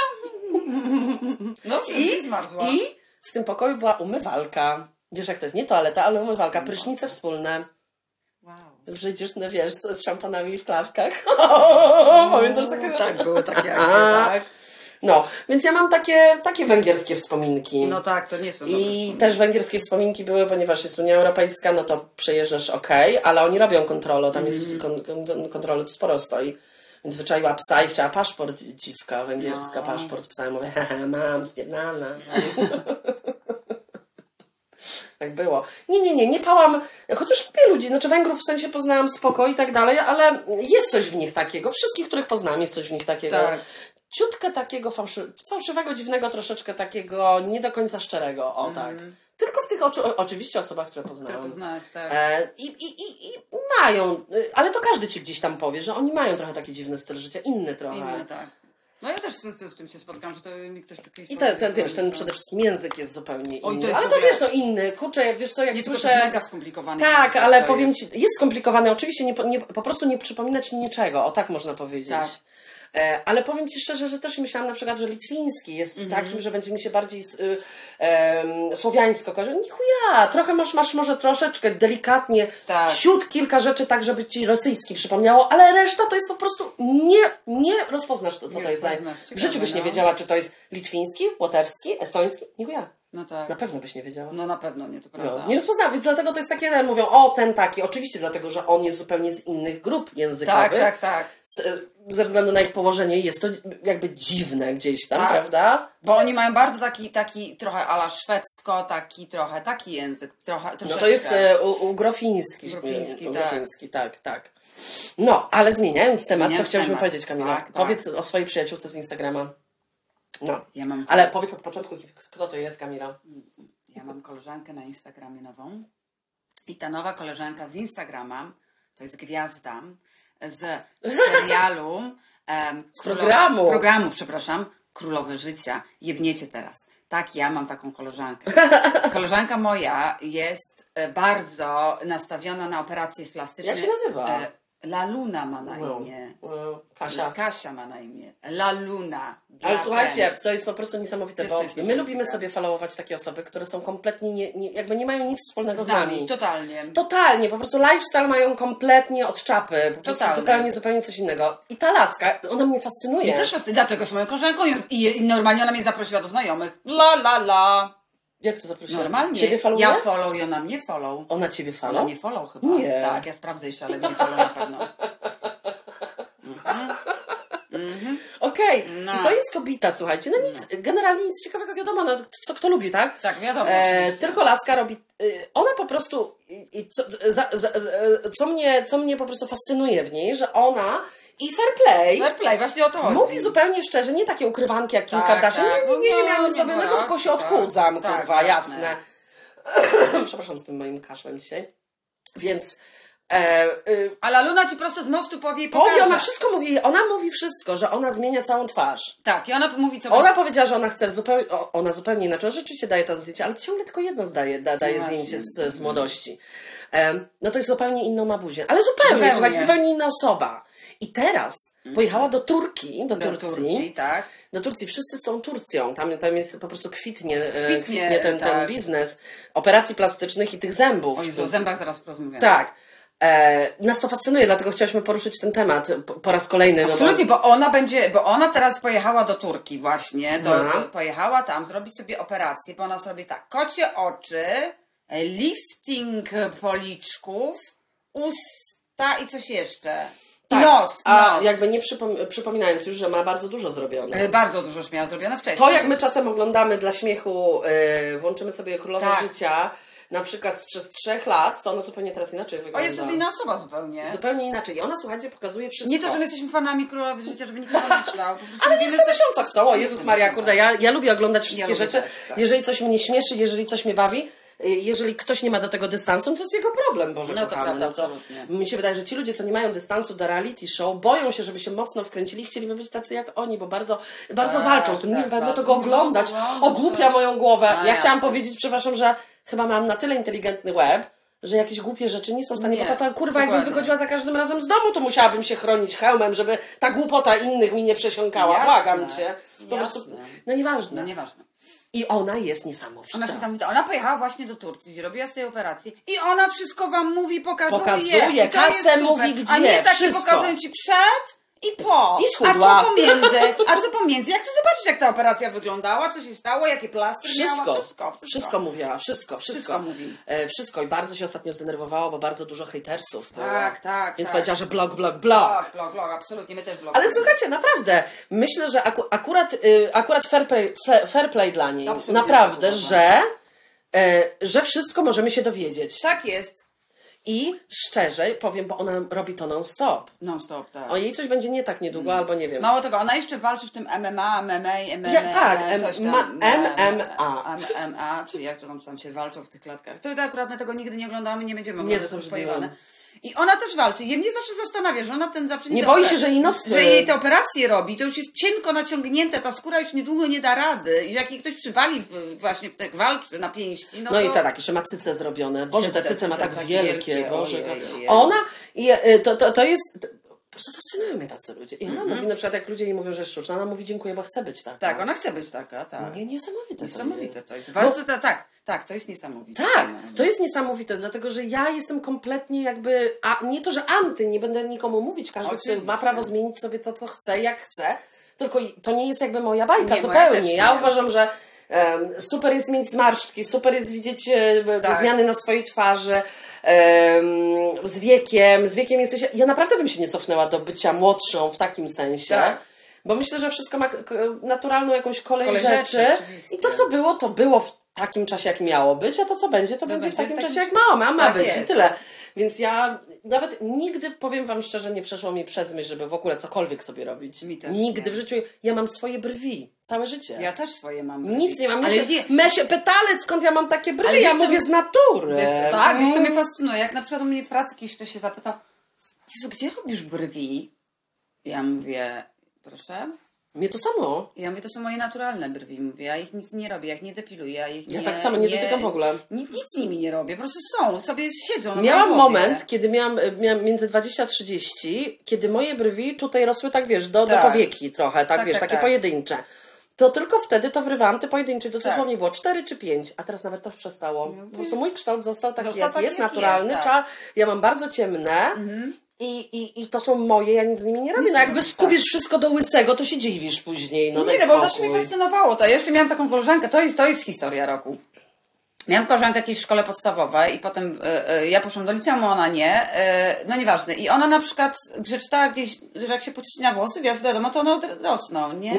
No, I, zmarzła. I w tym pokoju była umywalka. Wiesz jak to jest? Nie toaleta, ale umywalka. Prysznice wspólne. Wow. Przecież, no wiesz, z, z szampanami w klaszkach. Pamiętasz takie rzeczy? Tak, były takie akcje, tak. No, więc ja mam takie, takie węgierskie wspominki. No tak, to nie są dobre I wspominki. Też węgierskie wspominki były, ponieważ jest Unia Europejska, no to przejeżdżasz okej, okay, ale oni robią kontrolę, tam mm. jest kon, kon, kontrolę, to sporo stoi. Więc wyczaiła psa i chciała paszport, dziwka węgierska, no. paszport psa. I mówię, haha, mam, spierdalna. Tak było. Nie, nie, nie, nie pałam, chociaż lubię ludzi, znaczy Węgrów w sensie poznałam spoko i tak dalej, ale jest coś w nich takiego, wszystkich, których poznałam, jest coś w nich takiego. Tak. Ciutkę takiego fałszy, fałszywego, dziwnego, troszeczkę takiego nie do końca szczerego, o mm. tak. Tylko w tych oczy, oczywiście osobach, które poznałam. Które poznałaś, tak. E, i, i, i, I mają, ale to każdy ci gdzieś tam powie, że oni mają trochę taki dziwny styl życia, inny trochę. Inny, tak. No ja też z, z tym się spotkałam, że to mi ktoś kiedyś I ten, ten wiesz, ten przede wszystkim język jest zupełnie inny. Oj, to jest ale to wiesz, no inny, kurczę, wiesz co, jak nie, słyszę... to jest mega skomplikowany. Tak, język, ale powiem jest... Ci, jest skomplikowany, oczywiście nie, nie, po prostu nie przypomina Ci niczego, o tak można powiedzieć. Tak. E, ale powiem Ci szczerze, że też myślałam na przykład, że litwiński jest mm-hmm. takim, że będzie mi się bardziej y, y, słowiańsko kojarzył. Nichuja, trochę masz, masz może troszeczkę delikatnie tak. siód kilka rzeczy tak, żeby Ci rosyjski przypomniało, ale reszta to jest po prostu nie, nie rozpoznasz to, co nie to jest. Ciekawe, W życiu byś nie no. wiedziała, czy to jest litwiński, łotewski, estoński. Nichuja. No tak. Na pewno byś nie wiedziała. No na pewno nie, to prawda. No, nie rozpoznałam, więc dlatego to jest takie, mówią, o ten taki, oczywiście dlatego, że on jest zupełnie z innych grup językowych. Tak, tak, tak. Z, ze względu na ich położenie jest to jakby dziwne gdzieś tam, tak. prawda? Bo oni mają bardzo taki, taki trochę ala szwedzko, taki trochę, taki język, trochę, troszeczkę. No to jest e, u, ugrofiński. Ugrofiński, ugrofiński tak. tak, tak. No, ale zmieniając temat, Zmieniając co chciałyśmy temat. powiedzieć, Kamila? Tak, tak. Powiedz o swojej przyjaciółce z Instagrama. No, ja mam... ale powiedz od początku, kto to jest, Kamila? Ja mam koleżankę na Instagramie nową i ta nowa koleżanka z Instagrama to jest gwiazda z serialu um, z programu. Królowe, programu, przepraszam, Królowe Życia. Jebniecie teraz. Tak, ja mam taką koleżankę. Koleżanka moja jest bardzo nastawiona na operacje plastyczne. Jak się nazywa? La Luna ma na No. imię. Kasia. Kasia ma na imię. La Luna. Ale słuchajcie, friends. to jest po prostu niesamowite, jest bo coś my niesamowite. lubimy sobie followować takie osoby, które są kompletnie, nie, nie, jakby nie mają nic wspólnego z, Z nami, nami. totalnie. Totalnie, po prostu lifestyle mają kompletnie od czapy, po prostu Totalnie. zupełnie, zupełnie coś innego. I ta laska, ona mnie fascynuje. Ja też jest, dlatego z moją koleżanką i, i normalnie ona mnie zaprosiła do znajomych. La la la. Jak to zaprosiła? Normalnie. Ciebie followuje? Ja follow i ona mnie follow. Ona ciebie follow? Ona mnie follow chyba. Nie. Tak, ja sprawdzę jeszcze, ale mnie follow na pewno. Mhm. Mhm. Okej, okay. No. I to jest kobieta, słuchajcie, no nic, no. generalnie nic ciekawego, wiadomo, no co kto lubi, tak? Tak, wiadomo. E, tylko laska robi, y, ona po prostu, y, co, za, za, za, co, mnie, co mnie po prostu fascynuje w niej, że ona i fair play, Fair play, właśnie o to chodzi. mówi zupełnie szczerze, nie takie ukrywanki jak Kim Tak, Kardashian, tak. nie, nie, nie, nie No, miałam nic nie zrobionego, ma tylko się racji, odchudzam, tak. kurwa, Tak, jasne. Przepraszam z tym moim kaszlem dzisiaj. Więc... E, y, Ale Luna ci prosto z mostu powie i powie, pokaże. ona wszystko mówi, ona mówi wszystko, że ona zmienia całą twarz. Tak, i ona mówi co... Ona powiedziała, że ona chce zupełnie, o, ona zupełnie inaczej, rzeczywiście daje to zdjęcie, ale ciągle tylko jedno zdaje, da, daje No zdjęcie właśnie. z, z młodości. Um, no to jest zupełnie inną ma buzię, ale zupełnie, Zupełnie. słuchajcie, zupełnie inna osoba. I teraz pojechała do Turki, do, do Turcji, Turcji, tak. do Turcji, wszyscy są Turcją, tam, tam jest po prostu kwitnie, Kwitnie, kwitnie ten, tak. ten biznes operacji plastycznych i tych zębów. O Jezu, o zębach zaraz porozmawiamy. Tak. E, nas to fascynuje, dlatego chciałyśmy poruszyć ten temat po, po raz kolejny. Absolutnie, no bo... bo ona będzie, bo ona teraz pojechała do Turki właśnie, do, No. do, pojechała tam zrobić sobie operację, bo ona sobie tak, kocie oczy, lifting policzków, usta i coś jeszcze. Tak, Nos, a nos. jakby nie przypom- przypominając już, że ma bardzo dużo zrobione. E, Bardzo dużo już miała zrobione wcześniej. To jak my czasem oglądamy dla śmiechu, yy, włączymy sobie Królowe Tak. Życia, na przykład sprzed trzech lat, to ono zupełnie teraz inaczej O, wygląda. jest to inna osoba zupełnie. Zupełnie inaczej. I ona, słuchajcie, pokazuje wszystko. Nie to, że my jesteśmy fanami Królowych Życia, żeby nikt nie myślał. Po prostu Ale niech lubimy sobie myślą, co chcą. O Jezus Maria, tak. kurde, ja, ja lubię oglądać wszystkie Ja lubię rzeczy. też, tak. Jeżeli coś mnie śmieszy, jeżeli coś mnie bawi, y, jeżeli ktoś nie ma do tego dystansu, to jest jego problem, Boże No to kochany. prawda, no to absolutnie. mi się wydaje, że ci ludzie, co nie mają dystansu do reality show, boją się, żeby się mocno wkręcili, chcieliby być tacy jak oni, bo bardzo, bardzo Tak, walczą z tym. tak, nie będę tak. tego oglądać. No, no, no, Ogłupia no. moją głowę. A, ja chciałam jasne. powiedzieć, przepraszam, że chyba mam na tyle inteligentny łeb, że jakieś głupie rzeczy nie są w stanie, Nie, bo to, to kurwa, jakbym dokładnie. wychodziła za każdym razem z domu, to musiałabym się chronić hełmem, żeby ta głupota innych mi nie przesiąkała. Jasne, Błagam cię. Po jasne. prostu, no nieważne. No nieważne. I ona jest niesamowita. Ona, niesamowita. Ona pojechała właśnie do Turcji, gdzie robiła z tej operacji i ona wszystko wam mówi, pokazuje. Pokazuje, I to kasę jest super. mówi gdzie, A nie takie wszystko. pokazują ci przed i po. I schudła. A co pomiędzy? A co pomiędzy? Jak to zobaczyć, jak ta operacja wyglądała, co się stało, jakie plastry Wszystko, miała? Wszystko, wszystko. wszystko mówiła, wszystko, wszystko. Wszystko mówi. E, wszystko i bardzo się ostatnio zdenerwowało, bo bardzo dużo hejtersów było. Tak, tak, Więc tak. powiedziała, że blog, blog, blog. Blog, blog, blog, absolutnie, my też blog. Ale słuchajcie, naprawdę, myślę, że aku, akurat, y, akurat fair, play, fair, fair play dla niej. Absolutnie Naprawdę, zgoda. że, e, że wszystko możemy się dowiedzieć. Tak jest. I szczerze powiem, bo ona robi to non-stop. Non stop, tak. O jej coś będzie nie tak niedługo, albo nie wiem. Mało tego, ona jeszcze walczy w tym M M A, M M A, M M A, Ja, tak, coś M- tam. ma- M M A. M M A, czyli jak to tam, tam się walczą w tych klatkach. To, to akurat my tego nigdy nie oglądamy, nie będziemy Nie, oglądać, to są spoilerowane. I ona też walczy. I mnie zawsze zastanawia, że ona ten zawsze nie boi się, że jej nos... że jej te operacje robi, to już jest cienko naciągnięte, ta skóra już niedługo nie da rady. I jak jej ktoś przywali w, właśnie w tak walczy na pięści, no, no to... i tak, jeszcze ma cyce zrobione. Boże, Cyce, te cyce ma tak cyce wielkie. wielkie. Boże. Ojej, ojej. Ona, i, y, to, to, to jest... Po prostu fascynują mnie tacy ludzie. I ona Mm-hmm. mówi, na przykład jak ludzie jej mówią, że jest sztuczna, ona mówi dziękuję, bo chcę być taka. Tak, ona chce być taka, tak. Nie, niesamowite. Niesamowite to to jest. Bardzo, to, tak, tak, to jest niesamowite. Tak, to jest niesamowite, dlatego że ja jestem kompletnie jakby, a nie to, że anty, nie będę nikomu mówić, każdy chce, ma prawo zmienić sobie to, co chce, jak chce, tylko to nie jest jakby moja bajka, nie, zupełnie. Moja ja uważam, że um, super jest mieć zmarszczki, super jest widzieć e, tak. zmiany na swojej twarzy, um, z wiekiem, z wiekiem jesteś, ja naprawdę bym się nie cofnęła do bycia młodszą w takim sensie. Tak. Bo myślę, że wszystko ma naturalną jakąś kolej, kolej rzeczy, rzeczy i to, co było, to było w takim czasie, jak miało być, a to, co będzie, to, to będzie, będzie w takim taki... czasie, jak ma, ma, ma tak być jest. I tyle. Więc ja nawet nigdy, powiem wam szczerze, nie przeszło mi przez myśl, żeby w ogóle cokolwiek sobie robić. Mi też nigdy nie. w życiu. Ja mam swoje brwi. Całe życie. Ja też swoje mam brwi. Nic nie mam. Ale się, nie... me się pytale, skąd ja mam takie brwi? Ale ja wiesz, mówię to... z natury. Wiesz, tak, wiesz, to mnie fascynuje. Jak na przykład u mnie w pracy jakiś ktoś się zapyta, Jezu, gdzie robisz brwi? Ja mówię, proszę? Mnie to samo. Ja mówię, to są moje naturalne brwi, mówię, ja ich nic nie robię, ja ich nie depiluję, ja ich Ja nie... tak samo nie, nie dotykam w ogóle. Nic, nic z nimi nie robię, po prostu są, sobie siedzą na Miałam głowie. moment, kiedy miałam, miałam między dwadzieścia a trzydzieści, kiedy moje brwi tutaj rosły tak, wiesz, do, tak. do powieki trochę, tak, tak wiesz, tak, takie tak. pojedyncze. To tylko wtedy to wrywałam te pojedyncze, to dosłownie tak. było cztery czy pięć, a teraz nawet to przestało. Po prostu mój kształt został taki, został jak taki, jest, jak naturalny. jest, tak. Ja mam bardzo ciemne. Mhm. I, i, I to są moje, ja nic z nimi nie robię. Nic No jak nie wyskubiesz tak. wszystko do łysego, to się dziwisz później. No, nie, no bo zawsze mnie fascynowało to. Ja jeszcze miałam taką koleżankę, to jest, to jest historia roku. Miałam koleżankę w jakiejś szkole podstawowej i potem y, y, ja poszłam do liceum, a ona nie. Y, no nieważne. I ona na przykład przeczytała gdzieś, że jak się podcina włosy, wjazd wiadomo, to one odrosną, nie?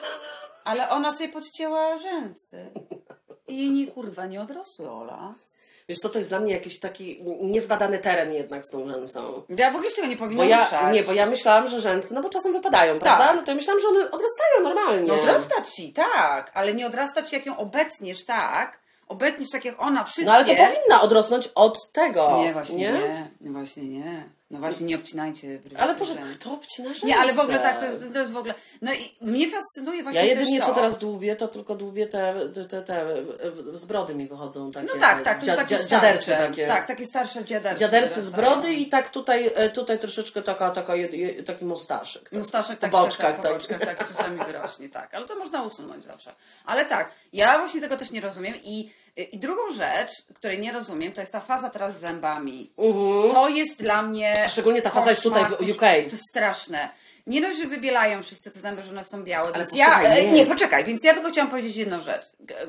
Ale ona sobie podcięła rzęsy. I jej nie, kurwa, nie odrosły, Ola. Wiesz co, to jest dla mnie jakiś taki niezbadany teren jednak z tą rzęsą. Ja w ogóle tego nie powinna bo ja, ruszać. Nie, bo ja myślałam, że rzęsy, no bo czasem wypadają, prawda? Tak. No to ja myślałam, że one odrastają normalnie. No odrasta ci, tak, ale nie odrasta ci, jak ją obetniesz, tak? Obetniesz tak jak ona, wszystkie. No ale to powinna odrosnąć od tego. Nie, właśnie nie. nie. No właśnie nie. No właśnie nie obcinajcie brwi. Ale Boże, kto obcina rzęsy? Nie, ale w ogóle tak, to jest, to jest w ogóle... No i mnie fascynuje właśnie Ja jedynie też co to. teraz dłubię, to tylko dłubię te, te, te, te z brody mi wychodzą takie. No tak, tak, to dzia, takie dzia, dziadersy starsze, takie. Tak, takie starsze dziadersy. Dziadersy z brody i tak tutaj, tutaj troszeczkę taka, taka, taki mustaszek. Tak. Mustaszek tak, po boczkach, tak, tak. po boczkach, tak, czasami wyrośnie, tak. Ale to można usunąć zawsze. Ale tak, ja właśnie tego też nie rozumiem i, i drugą rzecz, której nie rozumiem, to jest ta faza teraz z zębami. Mhm. To jest dla mnie... A szczególnie ta faza jest tutaj w U K. To jest straszne. Nie dość, że wybielają wszyscy te zęby, że one są białe. Ale więc ja, nie. nie, poczekaj, więc ja tylko chciałam powiedzieć jedną rzecz.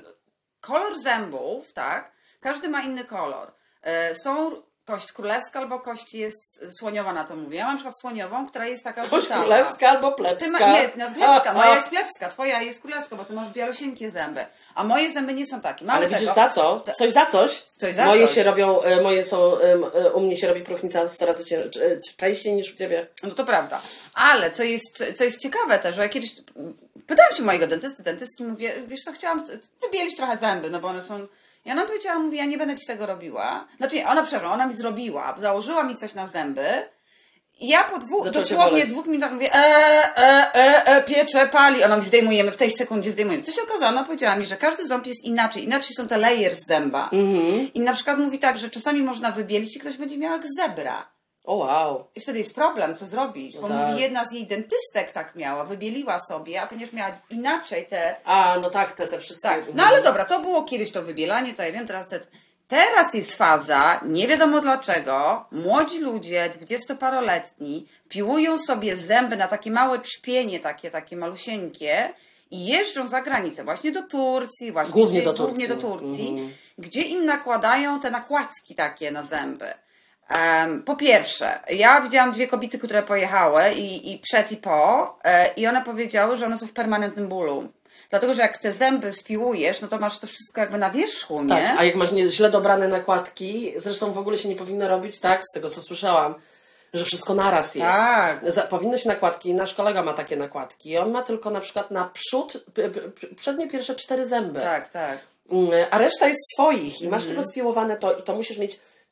Kolor zębów, tak? Każdy ma inny kolor. Są kość królewska albo kość jest słoniowa, na to mówię. Ja mam na przykład słoniową, która jest taka kość żółtawa. królewska albo plebska. Ty ma, nie, no plebska, a, moja a. jest plebska, twoja jest królewska, bo ty masz białosieńkie zęby. A moje zęby nie są takie. Mało Ale tego, widzisz za co? Coś za coś. Coś za moje coś. się robią, moje są, u mnie się robi próchnica sto razy częściej niż u ciebie. No to prawda. Ale co jest, co jest ciekawe też, że ja kiedyś pytałam się mojego dentysty, dentystki, mówię, wiesz co, chciałam wybielić trochę zęby, no bo one są... I ona powiedziała, mówi, ja nie będę ci tego robiła. Znaczy nie, ona, przepraszam, ona mi zrobiła, założyła mi coś na zęby. I ja po dwóch, Zaczął dosłownie dwóch minutach mówię, e, e, e, e, piecze, pali. Ona mi zdejmujemy, w tej sekundzie zdejmujemy. Co się okazało? Ona powiedziała mi, że każdy ząb jest inaczej. Inaczej są te layers zęba. Mhm. I na przykład mówi tak, że czasami można wybielić i ktoś będzie miał jak zebra. O wow. I wtedy jest problem, co zrobić. Bo No tak. mówi, jedna z jej dentystek tak miała, wybieliła sobie, a ponieważ miała inaczej te... A, no tak, te, te wszystkie. Tak, no ale dobra, to było kiedyś to wybielanie, to ja wiem, teraz te... Teraz jest faza, nie wiadomo dlaczego, młodzi ludzie, dwudziestoparoletni, piłują sobie zęby na takie małe trzpienie, takie, takie malusieńkie i jeżdżą za granicę, właśnie do Turcji, właśnie Głównie gdzie, do Turcji. Głównie do Turcji, Mhm. gdzie im nakładają te nakładki takie na zęby. Um, po pierwsze, ja widziałam dwie kobiety, które pojechały i, i przed i po e, i one powiedziały, że one są w permanentnym bólu. Dlatego, że jak te zęby spiłujesz, no to masz to wszystko jakby na wierzchu, nie? Tak, a jak masz nie, źle dobrane nakładki, zresztą w ogóle się nie powinno robić tak, z tego co słyszałam, że wszystko naraz jest. Tak. Za, powinny się nakładki, nasz kolega ma takie nakładki, on ma tylko na przykład na przód, p, p, przednie pierwsze cztery zęby. Tak, tak. A reszta jest swoich i masz mm. tylko spiłowane to i to musisz mieć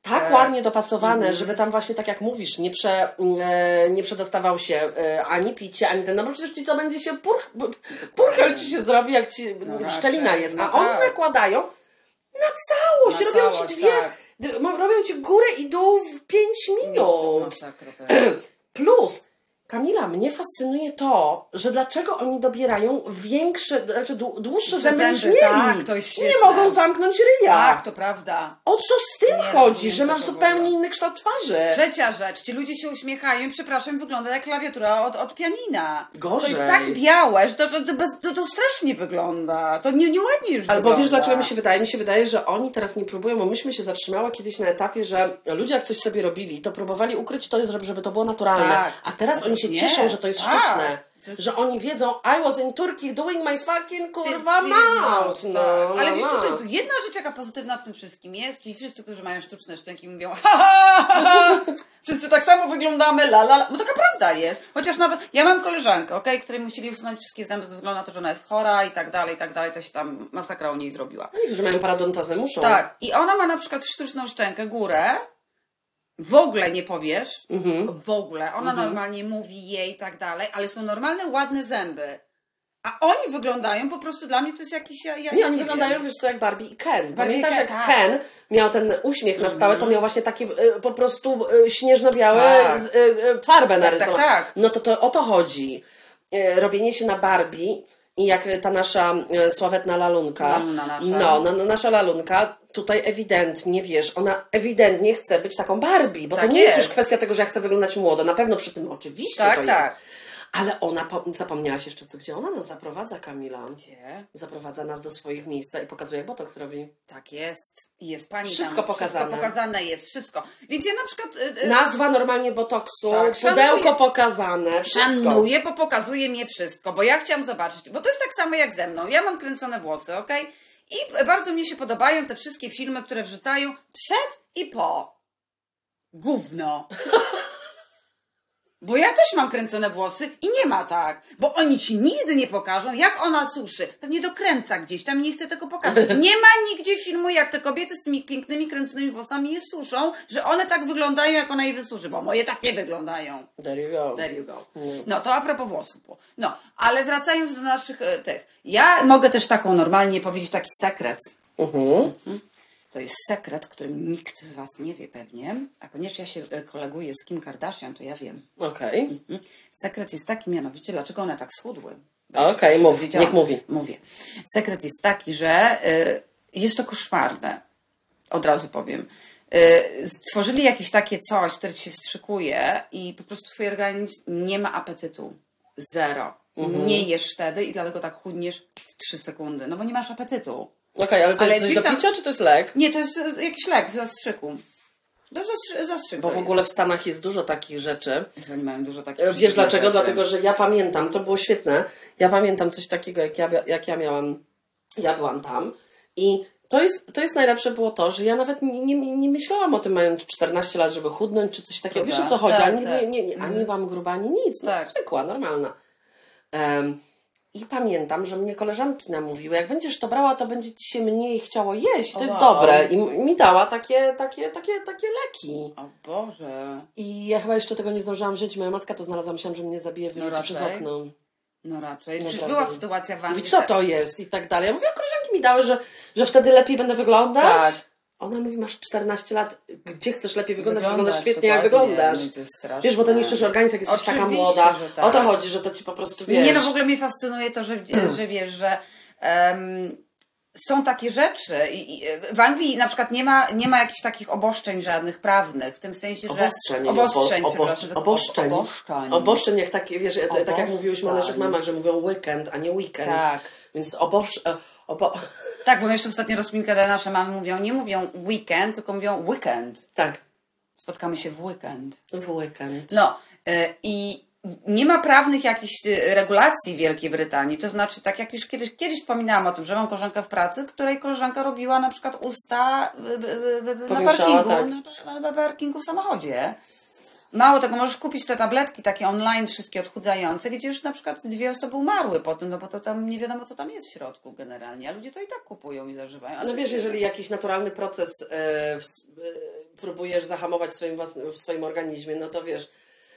tak ładnie dopasowane, mm. żeby tam właśnie, tak jak mówisz, nie, prze, e, nie przedostawał się e, ani picie, ani ten, no bo przecież ci to będzie się pur, purchel ci się zrobi, jak ci no szczelina raczej, jest, a no oni tak. nakładają na całość, na robią całość, ci dwie, tak. robią ci górę i dół w pięć minut. Masakra, tak. Plus, Kamila, mnie fascynuje to, że dlaczego oni dobierają większe, znaczy dłuższe zęby, zęby niż mieli. Tak, to jest nie mogą zamknąć ryja. Tak, to prawda. O co z tym nie, chodzi, że masz zupełnie inny kształt twarzy? Trzecia rzecz, ci ludzie się uśmiechają i przepraszam, wygląda jak klawiatura od, od pianina. Gorzej. To jest tak białe, że to, to, to, to strasznie wygląda. To nie, nieładnie już Albo wygląda. wiesz, dlaczego mi się wydaje? Mi się wydaje, że oni teraz nie próbują, bo myśmy się zatrzymały kiedyś na etapie, że ludzie jak coś sobie robili, to próbowali ukryć to, żeby to było naturalne. Tak. A teraz oni się nie. cieszą, że to jest tak. sztuczne. Jest... Że oni wiedzą, I was in Turkey doing my fucking kurwa mouth. No, no, ale wiesz co, to jest jedna rzecz, jaka pozytywna w tym wszystkim jest. Ci wszyscy, którzy mają sztuczne szczęki, mówią ha, ha, ha, ha. Wszyscy tak samo wyglądamy, la, la, la. Bo taka prawda jest. Chociaż nawet, ja mam koleżankę, okej, której musieli usunąć wszystkie zęby ze względu na to, że ona jest chora i tak dalej, i tak dalej. To się tam masakra u niej zrobiła. No, że mają paradontozę, muszą. Tak. I ona ma na przykład sztuczną szczękę, górę. W ogóle nie powiesz, mhm. w ogóle. Ona mhm. normalnie mówi jej i tak dalej, ale są normalne, ładne zęby. A oni wyglądają po prostu, dla mnie to jest jakiś... Ja, ja nie, oni nie wyglądają, wiem. wiesz co, jak Barbie i Ken. Barbie Pamiętasz, Ken, jak tak. Ken miał ten uśmiech na stałe, to miał właśnie takie y, po prostu y, śnieżno-białe tak. z, y, y, farbę narysowaną. Tak, tak, tak. No to, to o to chodzi. Y, robienie się na Barbie i jak ta nasza y, sławetna lalunka. Laluna nasza. No, no, no, nasza lalunka tutaj ewidentnie, wiesz, ona ewidentnie chce być taką Barbie, bo tak to nie jest. jest już kwestia tego, że ja chcę wyglądać młodo. Na pewno przy tym oczywiście tak, to tak. jest. Ale ona, zapomniałaś jeszcze co, gdzie ona nas zaprowadza, Kamila? Gdzie? Zaprowadza nas do swoich miejsca i pokazuje, jak botoks robi. Tak jest. I jest pani Wszystko tam. pokazane. Wszystko pokazane jest, wszystko. Więc ja na przykład... Yy, Nazwa normalnie botoksu, tak, pudełko szanuję, pokazane, wszystko. Szanuję, bo pokazuje mnie wszystko, bo ja chciałam zobaczyć, bo to jest tak samo jak ze mną. Ja mam kręcone włosy, okej? Okay? I bardzo mnie się podobają te wszystkie filmy, które wrzucają przed i po. Gówno. Bo ja też mam kręcone włosy i nie ma tak. Bo oni ci nigdy nie pokażą, jak ona suszy. Pewnie dokręca gdzieś, tam nie chcę tego pokazać. Nie ma nigdzie filmu, jak te kobiety z tymi pięknymi, kręconymi włosami je suszą, że one tak wyglądają, jak ona je wysuszy. Bo moje tak nie wyglądają. There you go. There you go. No, to a propos włosów. No, ale wracając do naszych e, tych. Ja mogę też taką normalnie powiedzieć taki sekret. Mhm. Mhm. To jest sekret, którym nikt z was nie wie pewnie, a ponieważ ja się koleguję z Kim Kardashian, to ja wiem. Okej. Okay. Mhm. Sekret jest taki mianowicie, dlaczego one tak schudły. Okej, okay, mów, niech mówi. Mówię. Sekret jest taki, że y, jest to koszmarne. Od razu powiem. Y, stworzyli jakieś takie coś, które ci się strzykuje i po prostu twój organizm nie ma apetytu. Zero. Mhm. Nie jesz wtedy i dlatego tak chudniesz w trzy sekundy. No bo nie masz apetytu. Okej, okay, ale to ale jest coś do tam... picia, czy to jest lek? Nie, to jest jakiś lek w zastrzyku. To jest zastrzyk. Bo w ogóle w Stanach jest dużo takich rzeczy. Oni mają dużo takich Wiesz dlaczego? Rzeczy. Dlatego, że ja pamiętam, to było świetne, ja pamiętam coś takiego, jak ja, jak ja miałam, ja byłam tam i to jest, to jest najlepsze było to, że ja nawet nie, nie, nie myślałam o tym, mając czternaście lat, żeby chudnąć, czy coś takiego. Prawda? Wiesz o co chodzi? Tak, ani, tak. nie, nie, nie, ani nie byłam gruba, ani nic. No, tak. Zwykła, normalna. Um, I pamiętam, że mnie koleżanki namówiły, jak będziesz to brała, to będzie ci się mniej chciało jeść. To o, jest wow. dobre. I mi dała takie, takie, takie, takie leki. O Boże. I ja chyba jeszcze tego nie zdążyłam wziąć. Moja matka to znalazła, myślałam, że mnie zabije w no przez okno. No raczej. Przecież była sytuacja w Anglii. I co to jest? I tak dalej. Ja mówię, a koleżanki mi dały, że, że wtedy lepiej będę wyglądać. Tak. Ona mówi, masz czternaście lat, gdzie chcesz lepiej wyglądać? Wyglądasz, wyglądasz świetnie, jak wyglądasz. Nie, to jest straszne. Wiesz, bo to niszczysz organizm, jak jesteś Oczywiście, taka młoda. Tak. O to chodzi, że to ci po prostu wiesz. Nie, no w ogóle mnie fascynuje to, że, że wiesz, że um, są takie rzeczy. I, i w Anglii na przykład nie ma, nie ma jakichś takich obostrzeń żadnych prawnych, w tym sensie, że... Obostrzeń. Obostrzeń, obo, oboszczeń. Obostrzeń. Obostrzeń. Obostrzeń, jak takie, wiesz, obostrzeń. Tak jak mówiłyśmy o naszych mamach, że mówią weekend, a nie weekend. Tak. Więc obosz... Obo... Tak, bo jeszcze ostatnio rozkminkę, nasze mamy mówią, nie mówią weekend, tylko mówią weekend. Tak. Spotkamy się w weekend. W weekend. No y, i nie ma prawnych jakichś regulacji w Wielkiej Brytanii. To znaczy, tak jak już kiedyś, kiedyś wspominałam o tym, że mam koleżankę w pracy, której koleżanka robiła na przykład usta na parkingu, tak. na, na parkingu w samochodzie. Mało tego, możesz kupić te tabletki takie online, wszystkie odchudzające, gdzie już na przykład dwie osoby umarły po tym, no bo to tam nie wiadomo, co tam jest w środku generalnie, a ludzie to i tak kupują i zażywają. Ale no wiesz, jeżeli jakiś naturalny proces yy, yy, próbujesz zahamować w swoim, własnym, w swoim organizmie, no to wiesz,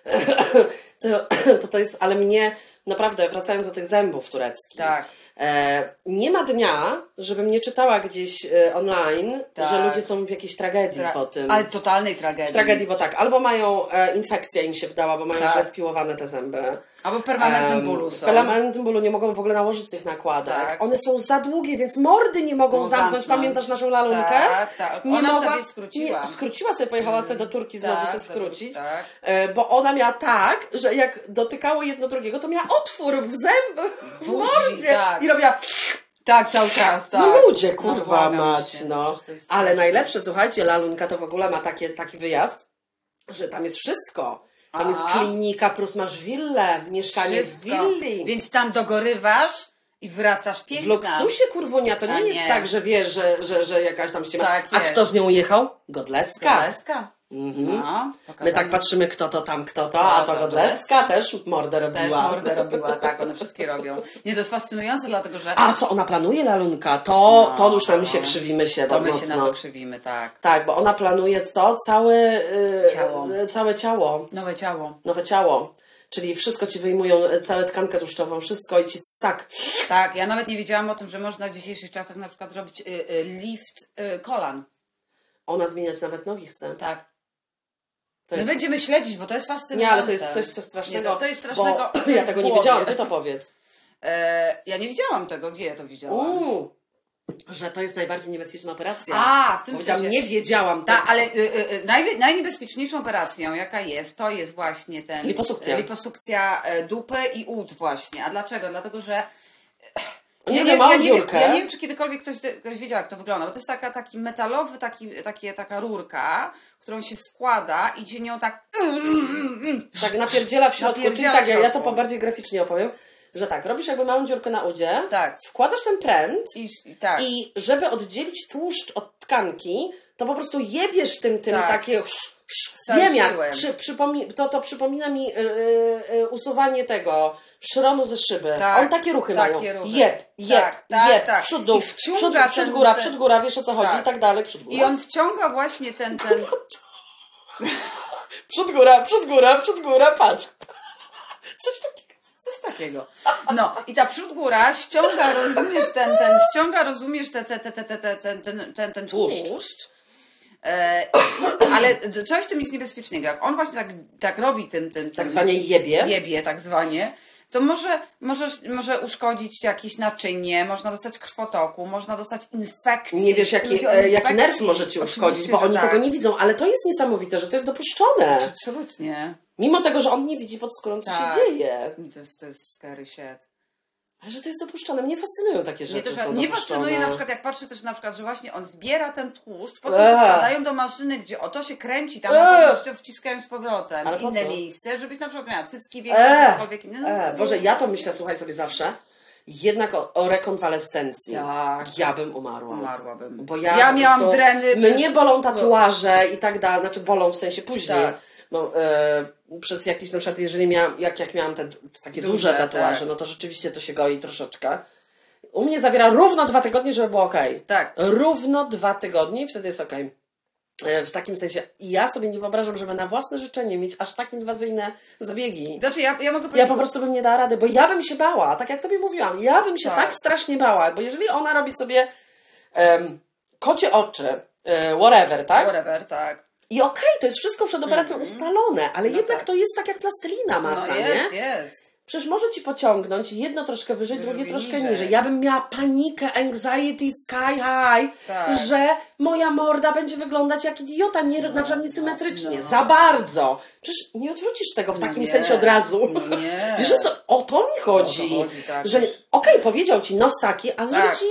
to, to to jest, ale mnie naprawdę, wracając do tych zębów tureckich, tak. e, nie ma dnia, żebym nie czytała gdzieś e, online, tak. że ludzie są w jakiejś tragedii Tra- po tym. Ale totalnej tragedii. W tragedii, bo tak, albo mają e, infekcja im się wdała, bo mają tak. źle spiłowane te zęby. Albo w permanentnym bólu są. W permanentnym bólu nie mogą w ogóle nałożyć tych nakładek. Tak. One są za długie, więc mordy nie mogą no, zamknąć. zamknąć. Pamiętasz naszą lalunkę? Tak, tak. Nie ona mogła, sobie skróciła. Nie, skróciła sobie, pojechała sobie do Turki znowu tak, sobie skrócić. Tak. E, bo ona miała tak, że jak dotykało jedno drugiego, to miała otwór w zęb, w, w mordzie. Tak. I robiła... Tak, cały czas, tak. No ludzie, kurwa no, mać, się, no. jest... Ale najlepsze, słuchajcie, lalunka to w ogóle ma takie, taki wyjazd, że tam jest wszystko. Tam Aha. jest klinika, plus masz willę, mieszkanie wszystko. w willi. Więc tam dogorywasz i wracasz piękna. W luksusie, kurwunia, to nie, A jest nie. tak, że wiesz, że, że, że jakaś tam ściema. Tak A jest. kto z nią jechał? Godleska. Godleska. Mhm. No, My tak patrzymy, kto to tam, kto to, a to to Godleska też mordę robiła. Też mordę robiła, tak, one wszystkie robią. Nie, to jest fascynujące, dlatego że... A co ona planuje, lalunka? To, No, to już tam no. się krzywimy się To my mocno. się na to krzywimy, tak. Tak, bo ona planuje co? Całe yy, Ciało. Całe ciało. Nowe ciało. Nowe ciało. Czyli wszystko ci wyjmują, całe tkankę tłuszczową, wszystko i ci ssak. Tak, ja nawet nie wiedziałam o tym, że można w dzisiejszych czasach na przykład zrobić y, y, lift y, kolan. Ona zmieniać nawet nogi chce. Tak. To My jest... będziemy śledzić, bo to jest fascynujące. Nie, ale to jest coś co strasznego. Nie, to, to jest strasznego. Bo to ja jest tego w nie głowie. wiedziałam, ty to powiedz. E, ja nie widziałam tego, gdzie ja to widziałam? Mm, że to jest najbardziej niebezpieczna operacja. A, w tym Powiedziałam, sensie. nie wiedziałam Tak, tego. ale y, y, naj, najniebezpieczniejszą operacją, jaka jest, to jest właśnie ten... Liposukcja. Liposukcja e, dupy i ud właśnie. A dlaczego? Dlatego, że... Oni Ja robią nie, małą ja, nie wiem, dziurkę. ja nie wiem, czy kiedykolwiek ktoś, ktoś wiedział, jak to wygląda, bo to jest taka, taki metalowy, taki, takie, taka rurka, którą się wkłada i się nią tak... Tak napierdziela w środku. Napierdziela Czyli tak, w ja, ja to środku. po bardziej graficznie opowiem, że tak, robisz jakby małą dziurkę na udzie, Tak. wkładasz ten pręt I, tak. i żeby oddzielić tłuszcz od tkanki, to po prostu jebiesz tym, tym Tak. takie... Sz, sz, całym wiem jak, siłem. przy, przypomi- to, to przypomina mi yy, yy, usuwanie tego szronu ze szyby. Tak. On takie ruchy Takie mają. ruchy. Jeb, jeb, Tak, tak, jeb, tak. przód, dół, I wciąga przód, ten- przód, góra, ten- przód, góra, wiesz o co chodzi Tak. i tak dalej, przód, góra. I on wciąga właśnie ten... ten... Przód, góra, przód, góra, przód, góra, patrz. Coś takiego. Coś takiego. No i ta przód góra ściąga, rozumiesz, ten, ten, ściąga, rozumiesz, te, te, te, te, te, te, ten, ten, ten, ten Tłuszcz. tłuszcz. E, ale coś w tym jest niebezpiecznego. Jak on właśnie tak, tak robi tym, tym, tym Tak zwanie jebie. jebie, tak zwanie, to może, może, może uszkodzić jakieś naczynie, można dostać krwotoku, można dostać infekcji. Nie wiesz, jaki, Ludzie o e, jaki infekcji. nerw może ci Oczywiście, uszkodzić, bo że oni tak. tego nie widzą, ale to jest niesamowite, że to jest dopuszczone. Absolutnie. Mimo tego, że on nie widzi pod skórą, co Tak. się dzieje. To jest, to jest scary shit. Ale że to jest dopuszczone. Mnie fascynują takie Mnie rzeczy, też są nie dopuszczone. fascynuje na przykład, jak patrzę też na przykład, że właśnie on zbiera ten tłuszcz, potem Eee. go wkładają do maszyny, gdzie o to się kręci, tam Eee. potem to wciskają z powrotem. Ale po Inne co? miejsce, żebyś na przykład miała cycki większe, Eee. cokolwiek inne. No, E, Boże, ja to myślę, słuchaj sobie zawsze, jednak o, o rekonwalescencji. Tak. Ja bym umarła. Umarłabym. Bo ja, Ja po miałam prostu- dreny Mnie przez- bolą tatuaże i tak dalej, znaczy bolą w sensie później. Tak. No, e, przez jakiś, na przykład jeżeli miałam, jak, jak miałam te takie Duże, duże tatuaże, tak. no to rzeczywiście to się goi troszeczkę. U mnie zabiera równo dwa tygodnie, żeby było okej. Tak. Równo dwa tygodnie i wtedy jest okej. E, W takim sensie, i ja sobie nie wyobrażam, żeby na własne życzenie mieć aż tak inwazyjne zabiegi. Znaczy ja, ja mogę Ja powiedzieć... po prostu bym nie dała rady, bo ja bym się bała, tak jak tobie mówiłam, ja bym się tak, Tak. strasznie bała, bo jeżeli ona robi sobie em, kocie oczy, e, whatever, tak? Whatever, tak. I okej, to jest wszystko przed operacją Mhm. ustalone, ale No jednak tak. to jest tak jak plastelina masa, No nie? jest, jest. Przecież może ci pociągnąć jedno troszkę wyżej, drugie Drugie troszkę niżej. niżej. Ja bym miała panikę, anxiety, sky high, Tak. że moja morda będzie wyglądać jak idiota, nie, na przykład niesymetrycznie, no. za bardzo. Przecież nie odwrócisz tego w No takim nie. sensie od razu. No nie. Wiesz, o co, o to mi chodzi. O to chodzi, tak. Że okej, powiedział ci nos taki, a zrobił Tak. ci,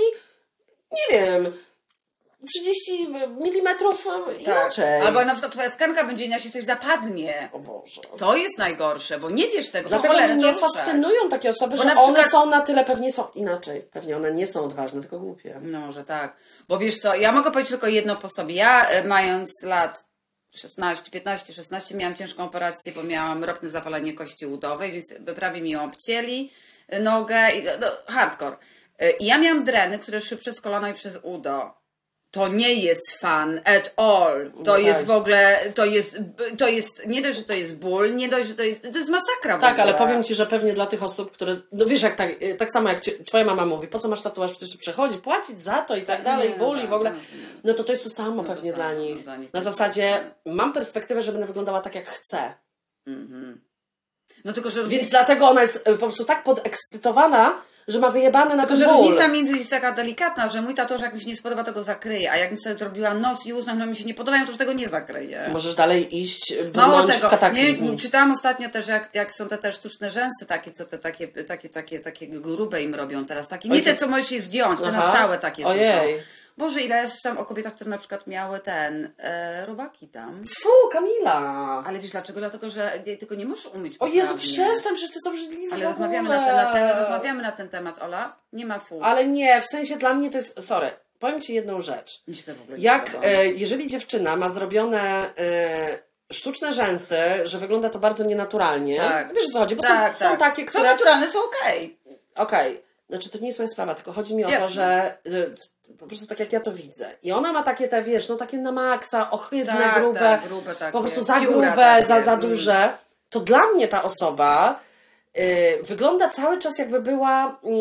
nie wiem, trzydzieści milimetrów inaczej. Albo na przykład twoja tkanka będzie inna, się coś zapadnie. O Boże. To jest najgorsze, bo nie wiesz tego. Dlatego cholerę, mnie to ruszaj. fascynują takie osoby, Bo że na one przykład- są na tyle, pewnie są inaczej. Pewnie one nie są odważne, tylko głupie. No może tak. Bo wiesz co, ja mogę powiedzieć tylko jedno po sobie. Ja e, mając lat szesnaście, piętnaście, szesnaście miałam ciężką operację, bo miałam ropne zapalenie kości udowej, więc prawie mi ją obcięli nogę i no, hardcore. I ja miałam dreny, które szły przez kolano i przez udo. To nie jest fun at all. To no jest tak. w ogóle, to jest, to jest, nie dość, że to jest ból, nie dość, że to jest, to jest masakra w Tak, ogóle. ale powiem Ci, że pewnie dla tych osób, które, no wiesz, jak tak, tak samo jak ci, Twoja mama mówi, po co masz tatuaż, przecież przechodzi, płacić za to i tak, tak dalej, nie, ból no, i w ogóle, no to to jest to samo no pewnie to samo, dla nich. Dla nich Na zasadzie, mam perspektywę, że będę wyglądała tak, jak chcę. Mhm. No tylko, że Więc dlatego ona jest po prostu tak podekscytowana, że ma wyjebane na Tylko, ten że ból. różnica między jest taka delikatna, że mój tatuaż jak mi się nie spodoba, to go zakryje, a jak mi sobie zrobiła nos i usta, no mi się nie podobają, to już tego nie zakryje. Możesz dalej iść, Mało tego, w kataklizm. Nie, czytałam ostatnio też, jak, jak są te, te sztuczne rzęsy takie, co te takie, takie, takie, takie grube im robią teraz, takie, nie Oj, te, co możesz je zdjąć, te na stałe takie, co Ojej. są. Boże, ile ja słyszałam o kobietach, które na przykład miały ten, e, robaki tam. Fu, Kamila! Ale wiesz dlaczego? Dlatego, że tylko nie możesz umyć O Jezu, przestań, przecież to jest obrzydliwe. Ale rozmawiamy na, ten, na ten, rozmawiamy na ten temat, Ola. Nie ma fu. Ale nie, w sensie dla mnie to jest, sorry, powiem Ci jedną rzecz. Mi się to w ogóle Jak, e, jeżeli dziewczyna ma zrobione e, sztuczne rzęsy, że wygląda to bardzo nienaturalnie. Tak. Wiesz o co chodzi, bo tak, są, tak. są takie, które... Są naturalne, są okej. Okay. Okej. Okay. Znaczy to nie jest moja sprawa, tylko chodzi mi o Jasne. to, że y, po prostu tak jak ja to widzę. I ona ma takie te, wiesz, no takie na maksa, ohydne, tak, grube, tak, grube takie. Po prostu za Pióra grube, takie. za, za duże. To dla mnie ta osoba y, wygląda cały czas jakby była y,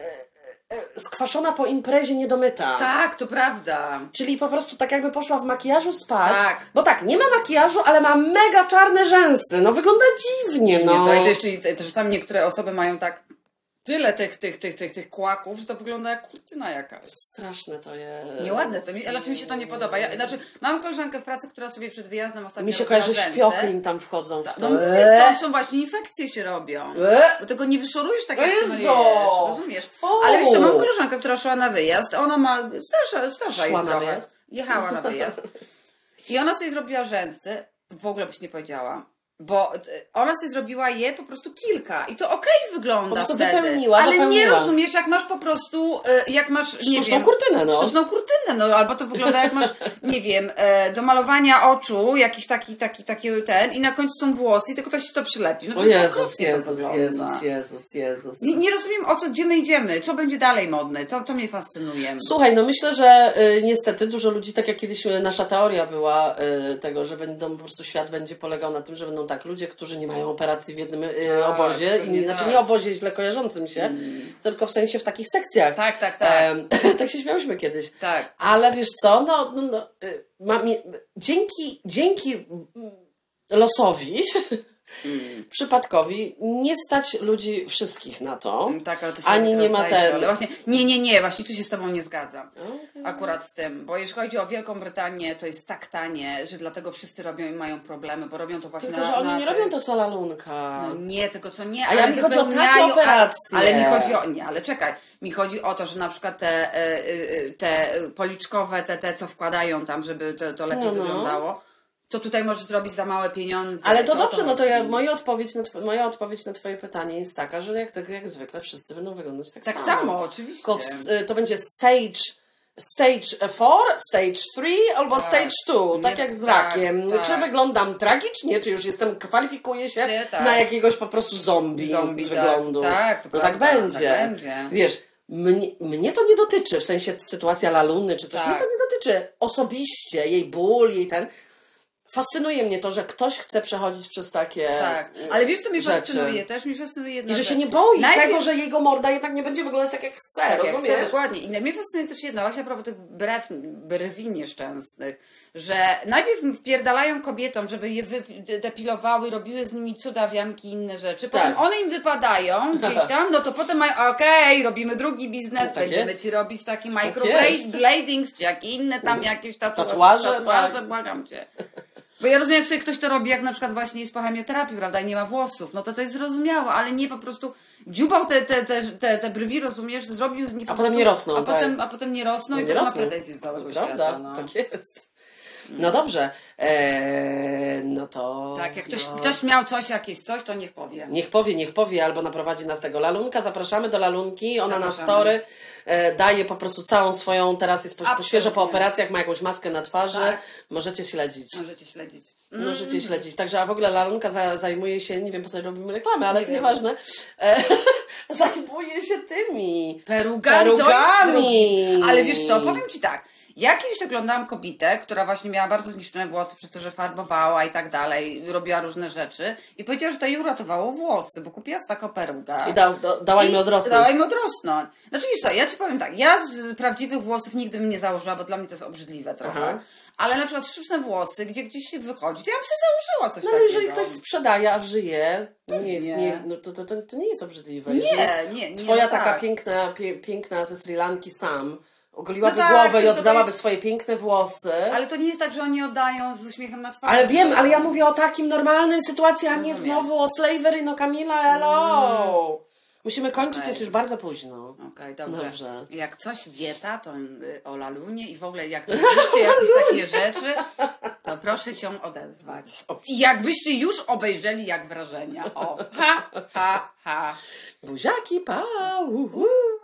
y, y, skwaszona po imprezie niedomyta. Tak, to prawda. Czyli po prostu tak jakby poszła w makijażu spać. Tak. Bo tak, nie ma makijażu, ale ma mega czarne rzęsy. No wygląda dziwnie, no. Nie, to, to jeszcze też tam niektóre osoby mają tak tyle tych, tych, tych, tych, tych kłaków, że to wygląda jak kurtyna jakaś. Straszne to jest. Nieładne to, mi, ale mi się to nie podoba. Ja, znaczy, mam koleżankę w pracy, która sobie przed wyjazdem ostatnio Mi się kojarzy, że szpiochy im tam wchodzą w to. No mówię, stąd są właśnie infekcje się robią. Eee? Bo tego nie wyszorujesz tak, jak ty no wiesz, rozumiesz? Ale wiesz co, mam koleżankę, która szła na wyjazd, ona ma, starsza, starsza jest trochę. Wyjazd? Jechała na wyjazd. I ona sobie zrobiła rzęsy, w ogóle byś nie powiedziała. Bo ona sobie zrobiła je po prostu kilka i to okej okay wygląda po prostu wtedy, wypełniła, ale dopełniła. Nie rozumiesz, jak masz po prostu, jak masz, nie sztuczną wiem, kurtynę, no. Sztuczną kurtynę, no, albo to wygląda jak masz, nie wiem, do malowania oczu jakiś taki, taki, taki ten i na końcu są włosy i tylko ktoś się to przylepi. No, o Jezus, Jezus, Jezus, Jezus, Jezus. Nie, nie rozumiem, o co, gdzie my idziemy, co będzie dalej modne, to, to mnie fascynuje. Słuchaj, no myślę, że y, niestety dużo ludzi, tak jak kiedyś nasza teoria była y, tego, że będą, po prostu świat będzie polegał na tym, że będą tak ludzie, którzy nie mają operacji w jednym y, tak, obozie, i, nie, znaczy nie obozie źle kojarzącym się, mm. tylko w sensie w takich sekcjach. Tak, tak, tak. E, tak się śmiałyśmy kiedyś. Tak. Ale wiesz co, no, no, no y, mam, dzięki, dzięki losowi Mm. przypadkowi nie stać ludzi wszystkich na to. Tak, ale to się ani nie ma ten. Ale właśnie, nie, nie, nie, właśnie tu się z tobą nie zgadzam. Okay. Akurat z tym, bo jeśli chodzi o Wielką Brytanię, to jest tak tanie, że dlatego wszyscy robią i mają problemy, bo robią to właśnie tylko, na... że oni na nie tej... robią to co lalunka. No nie, tylko co nie, A ale ja mi chodzi o takie operacje. Ale, ale mi chodzi o... Nie, ale czekaj. Mi chodzi o to, że na przykład te, te policzkowe, te, te co wkładają tam, żeby to, to lepiej no, no. wyglądało, to tutaj możesz zrobić za małe pieniądze. Ale to, to dobrze, to no to ja, moja, odpowiedź na tw- moja odpowiedź na twoje pytanie jest taka, że jak, tak, jak zwykle wszyscy będą wyglądać tak, tak samo. Tak samo, oczywiście. W, to będzie stage stage four, stage three albo tak. stage two, tak Nie, jak z tak, rakiem. Tak. Czy wyglądam tragicznie, czy już jestem, kwalifikuję się Czy, tak. na jakiegoś po prostu zombie, zombie z wyglądu. Tak, to no prawda, tak będzie. Tak będzie. Wiesz, mnie, mnie to nie dotyczy, w sensie sytuacja Laluny czy coś, tak. mnie to nie dotyczy osobiście, jej ból, jej ten... Fascynuje mnie to, że ktoś chce przechodzić przez takie Tak, ale wiesz co mnie rzeczy. fascynuje? Też mi fascynuje jedna I że rzecz. się nie boi Najpierw... tego, że jego morda jednak nie będzie wyglądać tak jak chce, tak, rozumiesz? Jak chce, dokładnie. I mnie fascynuje też jedno, właśnie a propos tych brew, brwi nieszczęsnych, że najpierw wpierdalają kobietom, żeby je depilowały, robiły z nimi cudawianki i inne rzeczy. Potem tak. one im wypadają gdzieś tam, no to potem mają, okej, okay, robimy drugi biznes, tak będziemy jest. ci robić taki microbladings, tak czy jak inne tam jakieś tatuaże, tatuaże, tatuaże tak. błagam cię. Bo ja rozumiem, jak sobie ktoś to robi, jak na przykład właśnie jest po chemioterapii, prawda, i nie ma włosów, no to to jest zrozumiałe, ale nie po prostu dziubał te, te, te, te, te brwi, rozumiesz, zrobił z nich a potem nie rosną, a, tak. potem, a potem nie rosną no i nie to rosną. ma pretensje z całego to świata. Prawda, no. tak jest. No dobrze. Eee, no to... Tak, jak ktoś, no. ktoś miał coś, jakieś coś, to niech powie. Niech powie, niech powie, albo naprowadzi nas tego Lalunka. Zapraszamy do Lalunki, ona na Zapraszamy. story e, daje po prostu całą swoją, teraz jest po, po Absolutnie. świeżo po operacjach, ma jakąś maskę na twarzy. Tak. Możecie śledzić. Możecie śledzić. Możecie śledzić. Także, a w ogóle Lalunka za, zajmuje się, nie wiem po co robimy reklamę, ale Nie to wiem. nieważne. E, zajmuje się tymi Perugami. to jest perugami. drugi. Ale wiesz co, powiem Ci tak. Ja kiedyś oglądałam kobietę, która właśnie miała bardzo zniszczone włosy przez to, że farbowała i tak dalej, robiła różne rzeczy i powiedziała, że to jej uratowało włosy, bo kupiła z taką perugę. I da, da, dała im odrosnąć. Dała im odrosnąć. Znaczy wiesz co, ja Ci powiem tak, ja z prawdziwych włosów nigdy bym nie założyła, bo dla mnie to jest obrzydliwe trochę. Aha. Ale na przykład sztuczne włosy, gdzie gdzieś się wychodzi, to ja bym sobie założyła coś No ale takiego. jeżeli ktoś sprzedaje, a żyje, no nie jest, Nie. nie, no to, to, to, to nie jest obrzydliwe. Nie, Jeżeli nie, nie. Twoja no taka tak. piękna, pie, piękna ze Sri Lanki Sam ogoliłaby No tak, głowę i tylko to oddałaby jest- swoje piękne włosy. Ale to nie jest tak, że oni oddają z uśmiechem na twarzy. Ale wiem, ale ja mówię o takim normalnym sytuacji, a nie Rozumiem. znowu o slavery, no Kamila, hello! Musimy kończyć, Okej. jest już bardzo późno. Okej, dobrze. Dobrze. Jak coś wieta, to y, o Lalunie i w ogóle jak widzicie jakieś takie rzeczy, to proszę się odezwać. I jakbyście już obejrzeli jak wrażenia. O, ha, ha, ha. Buziaki, pa! Uhu.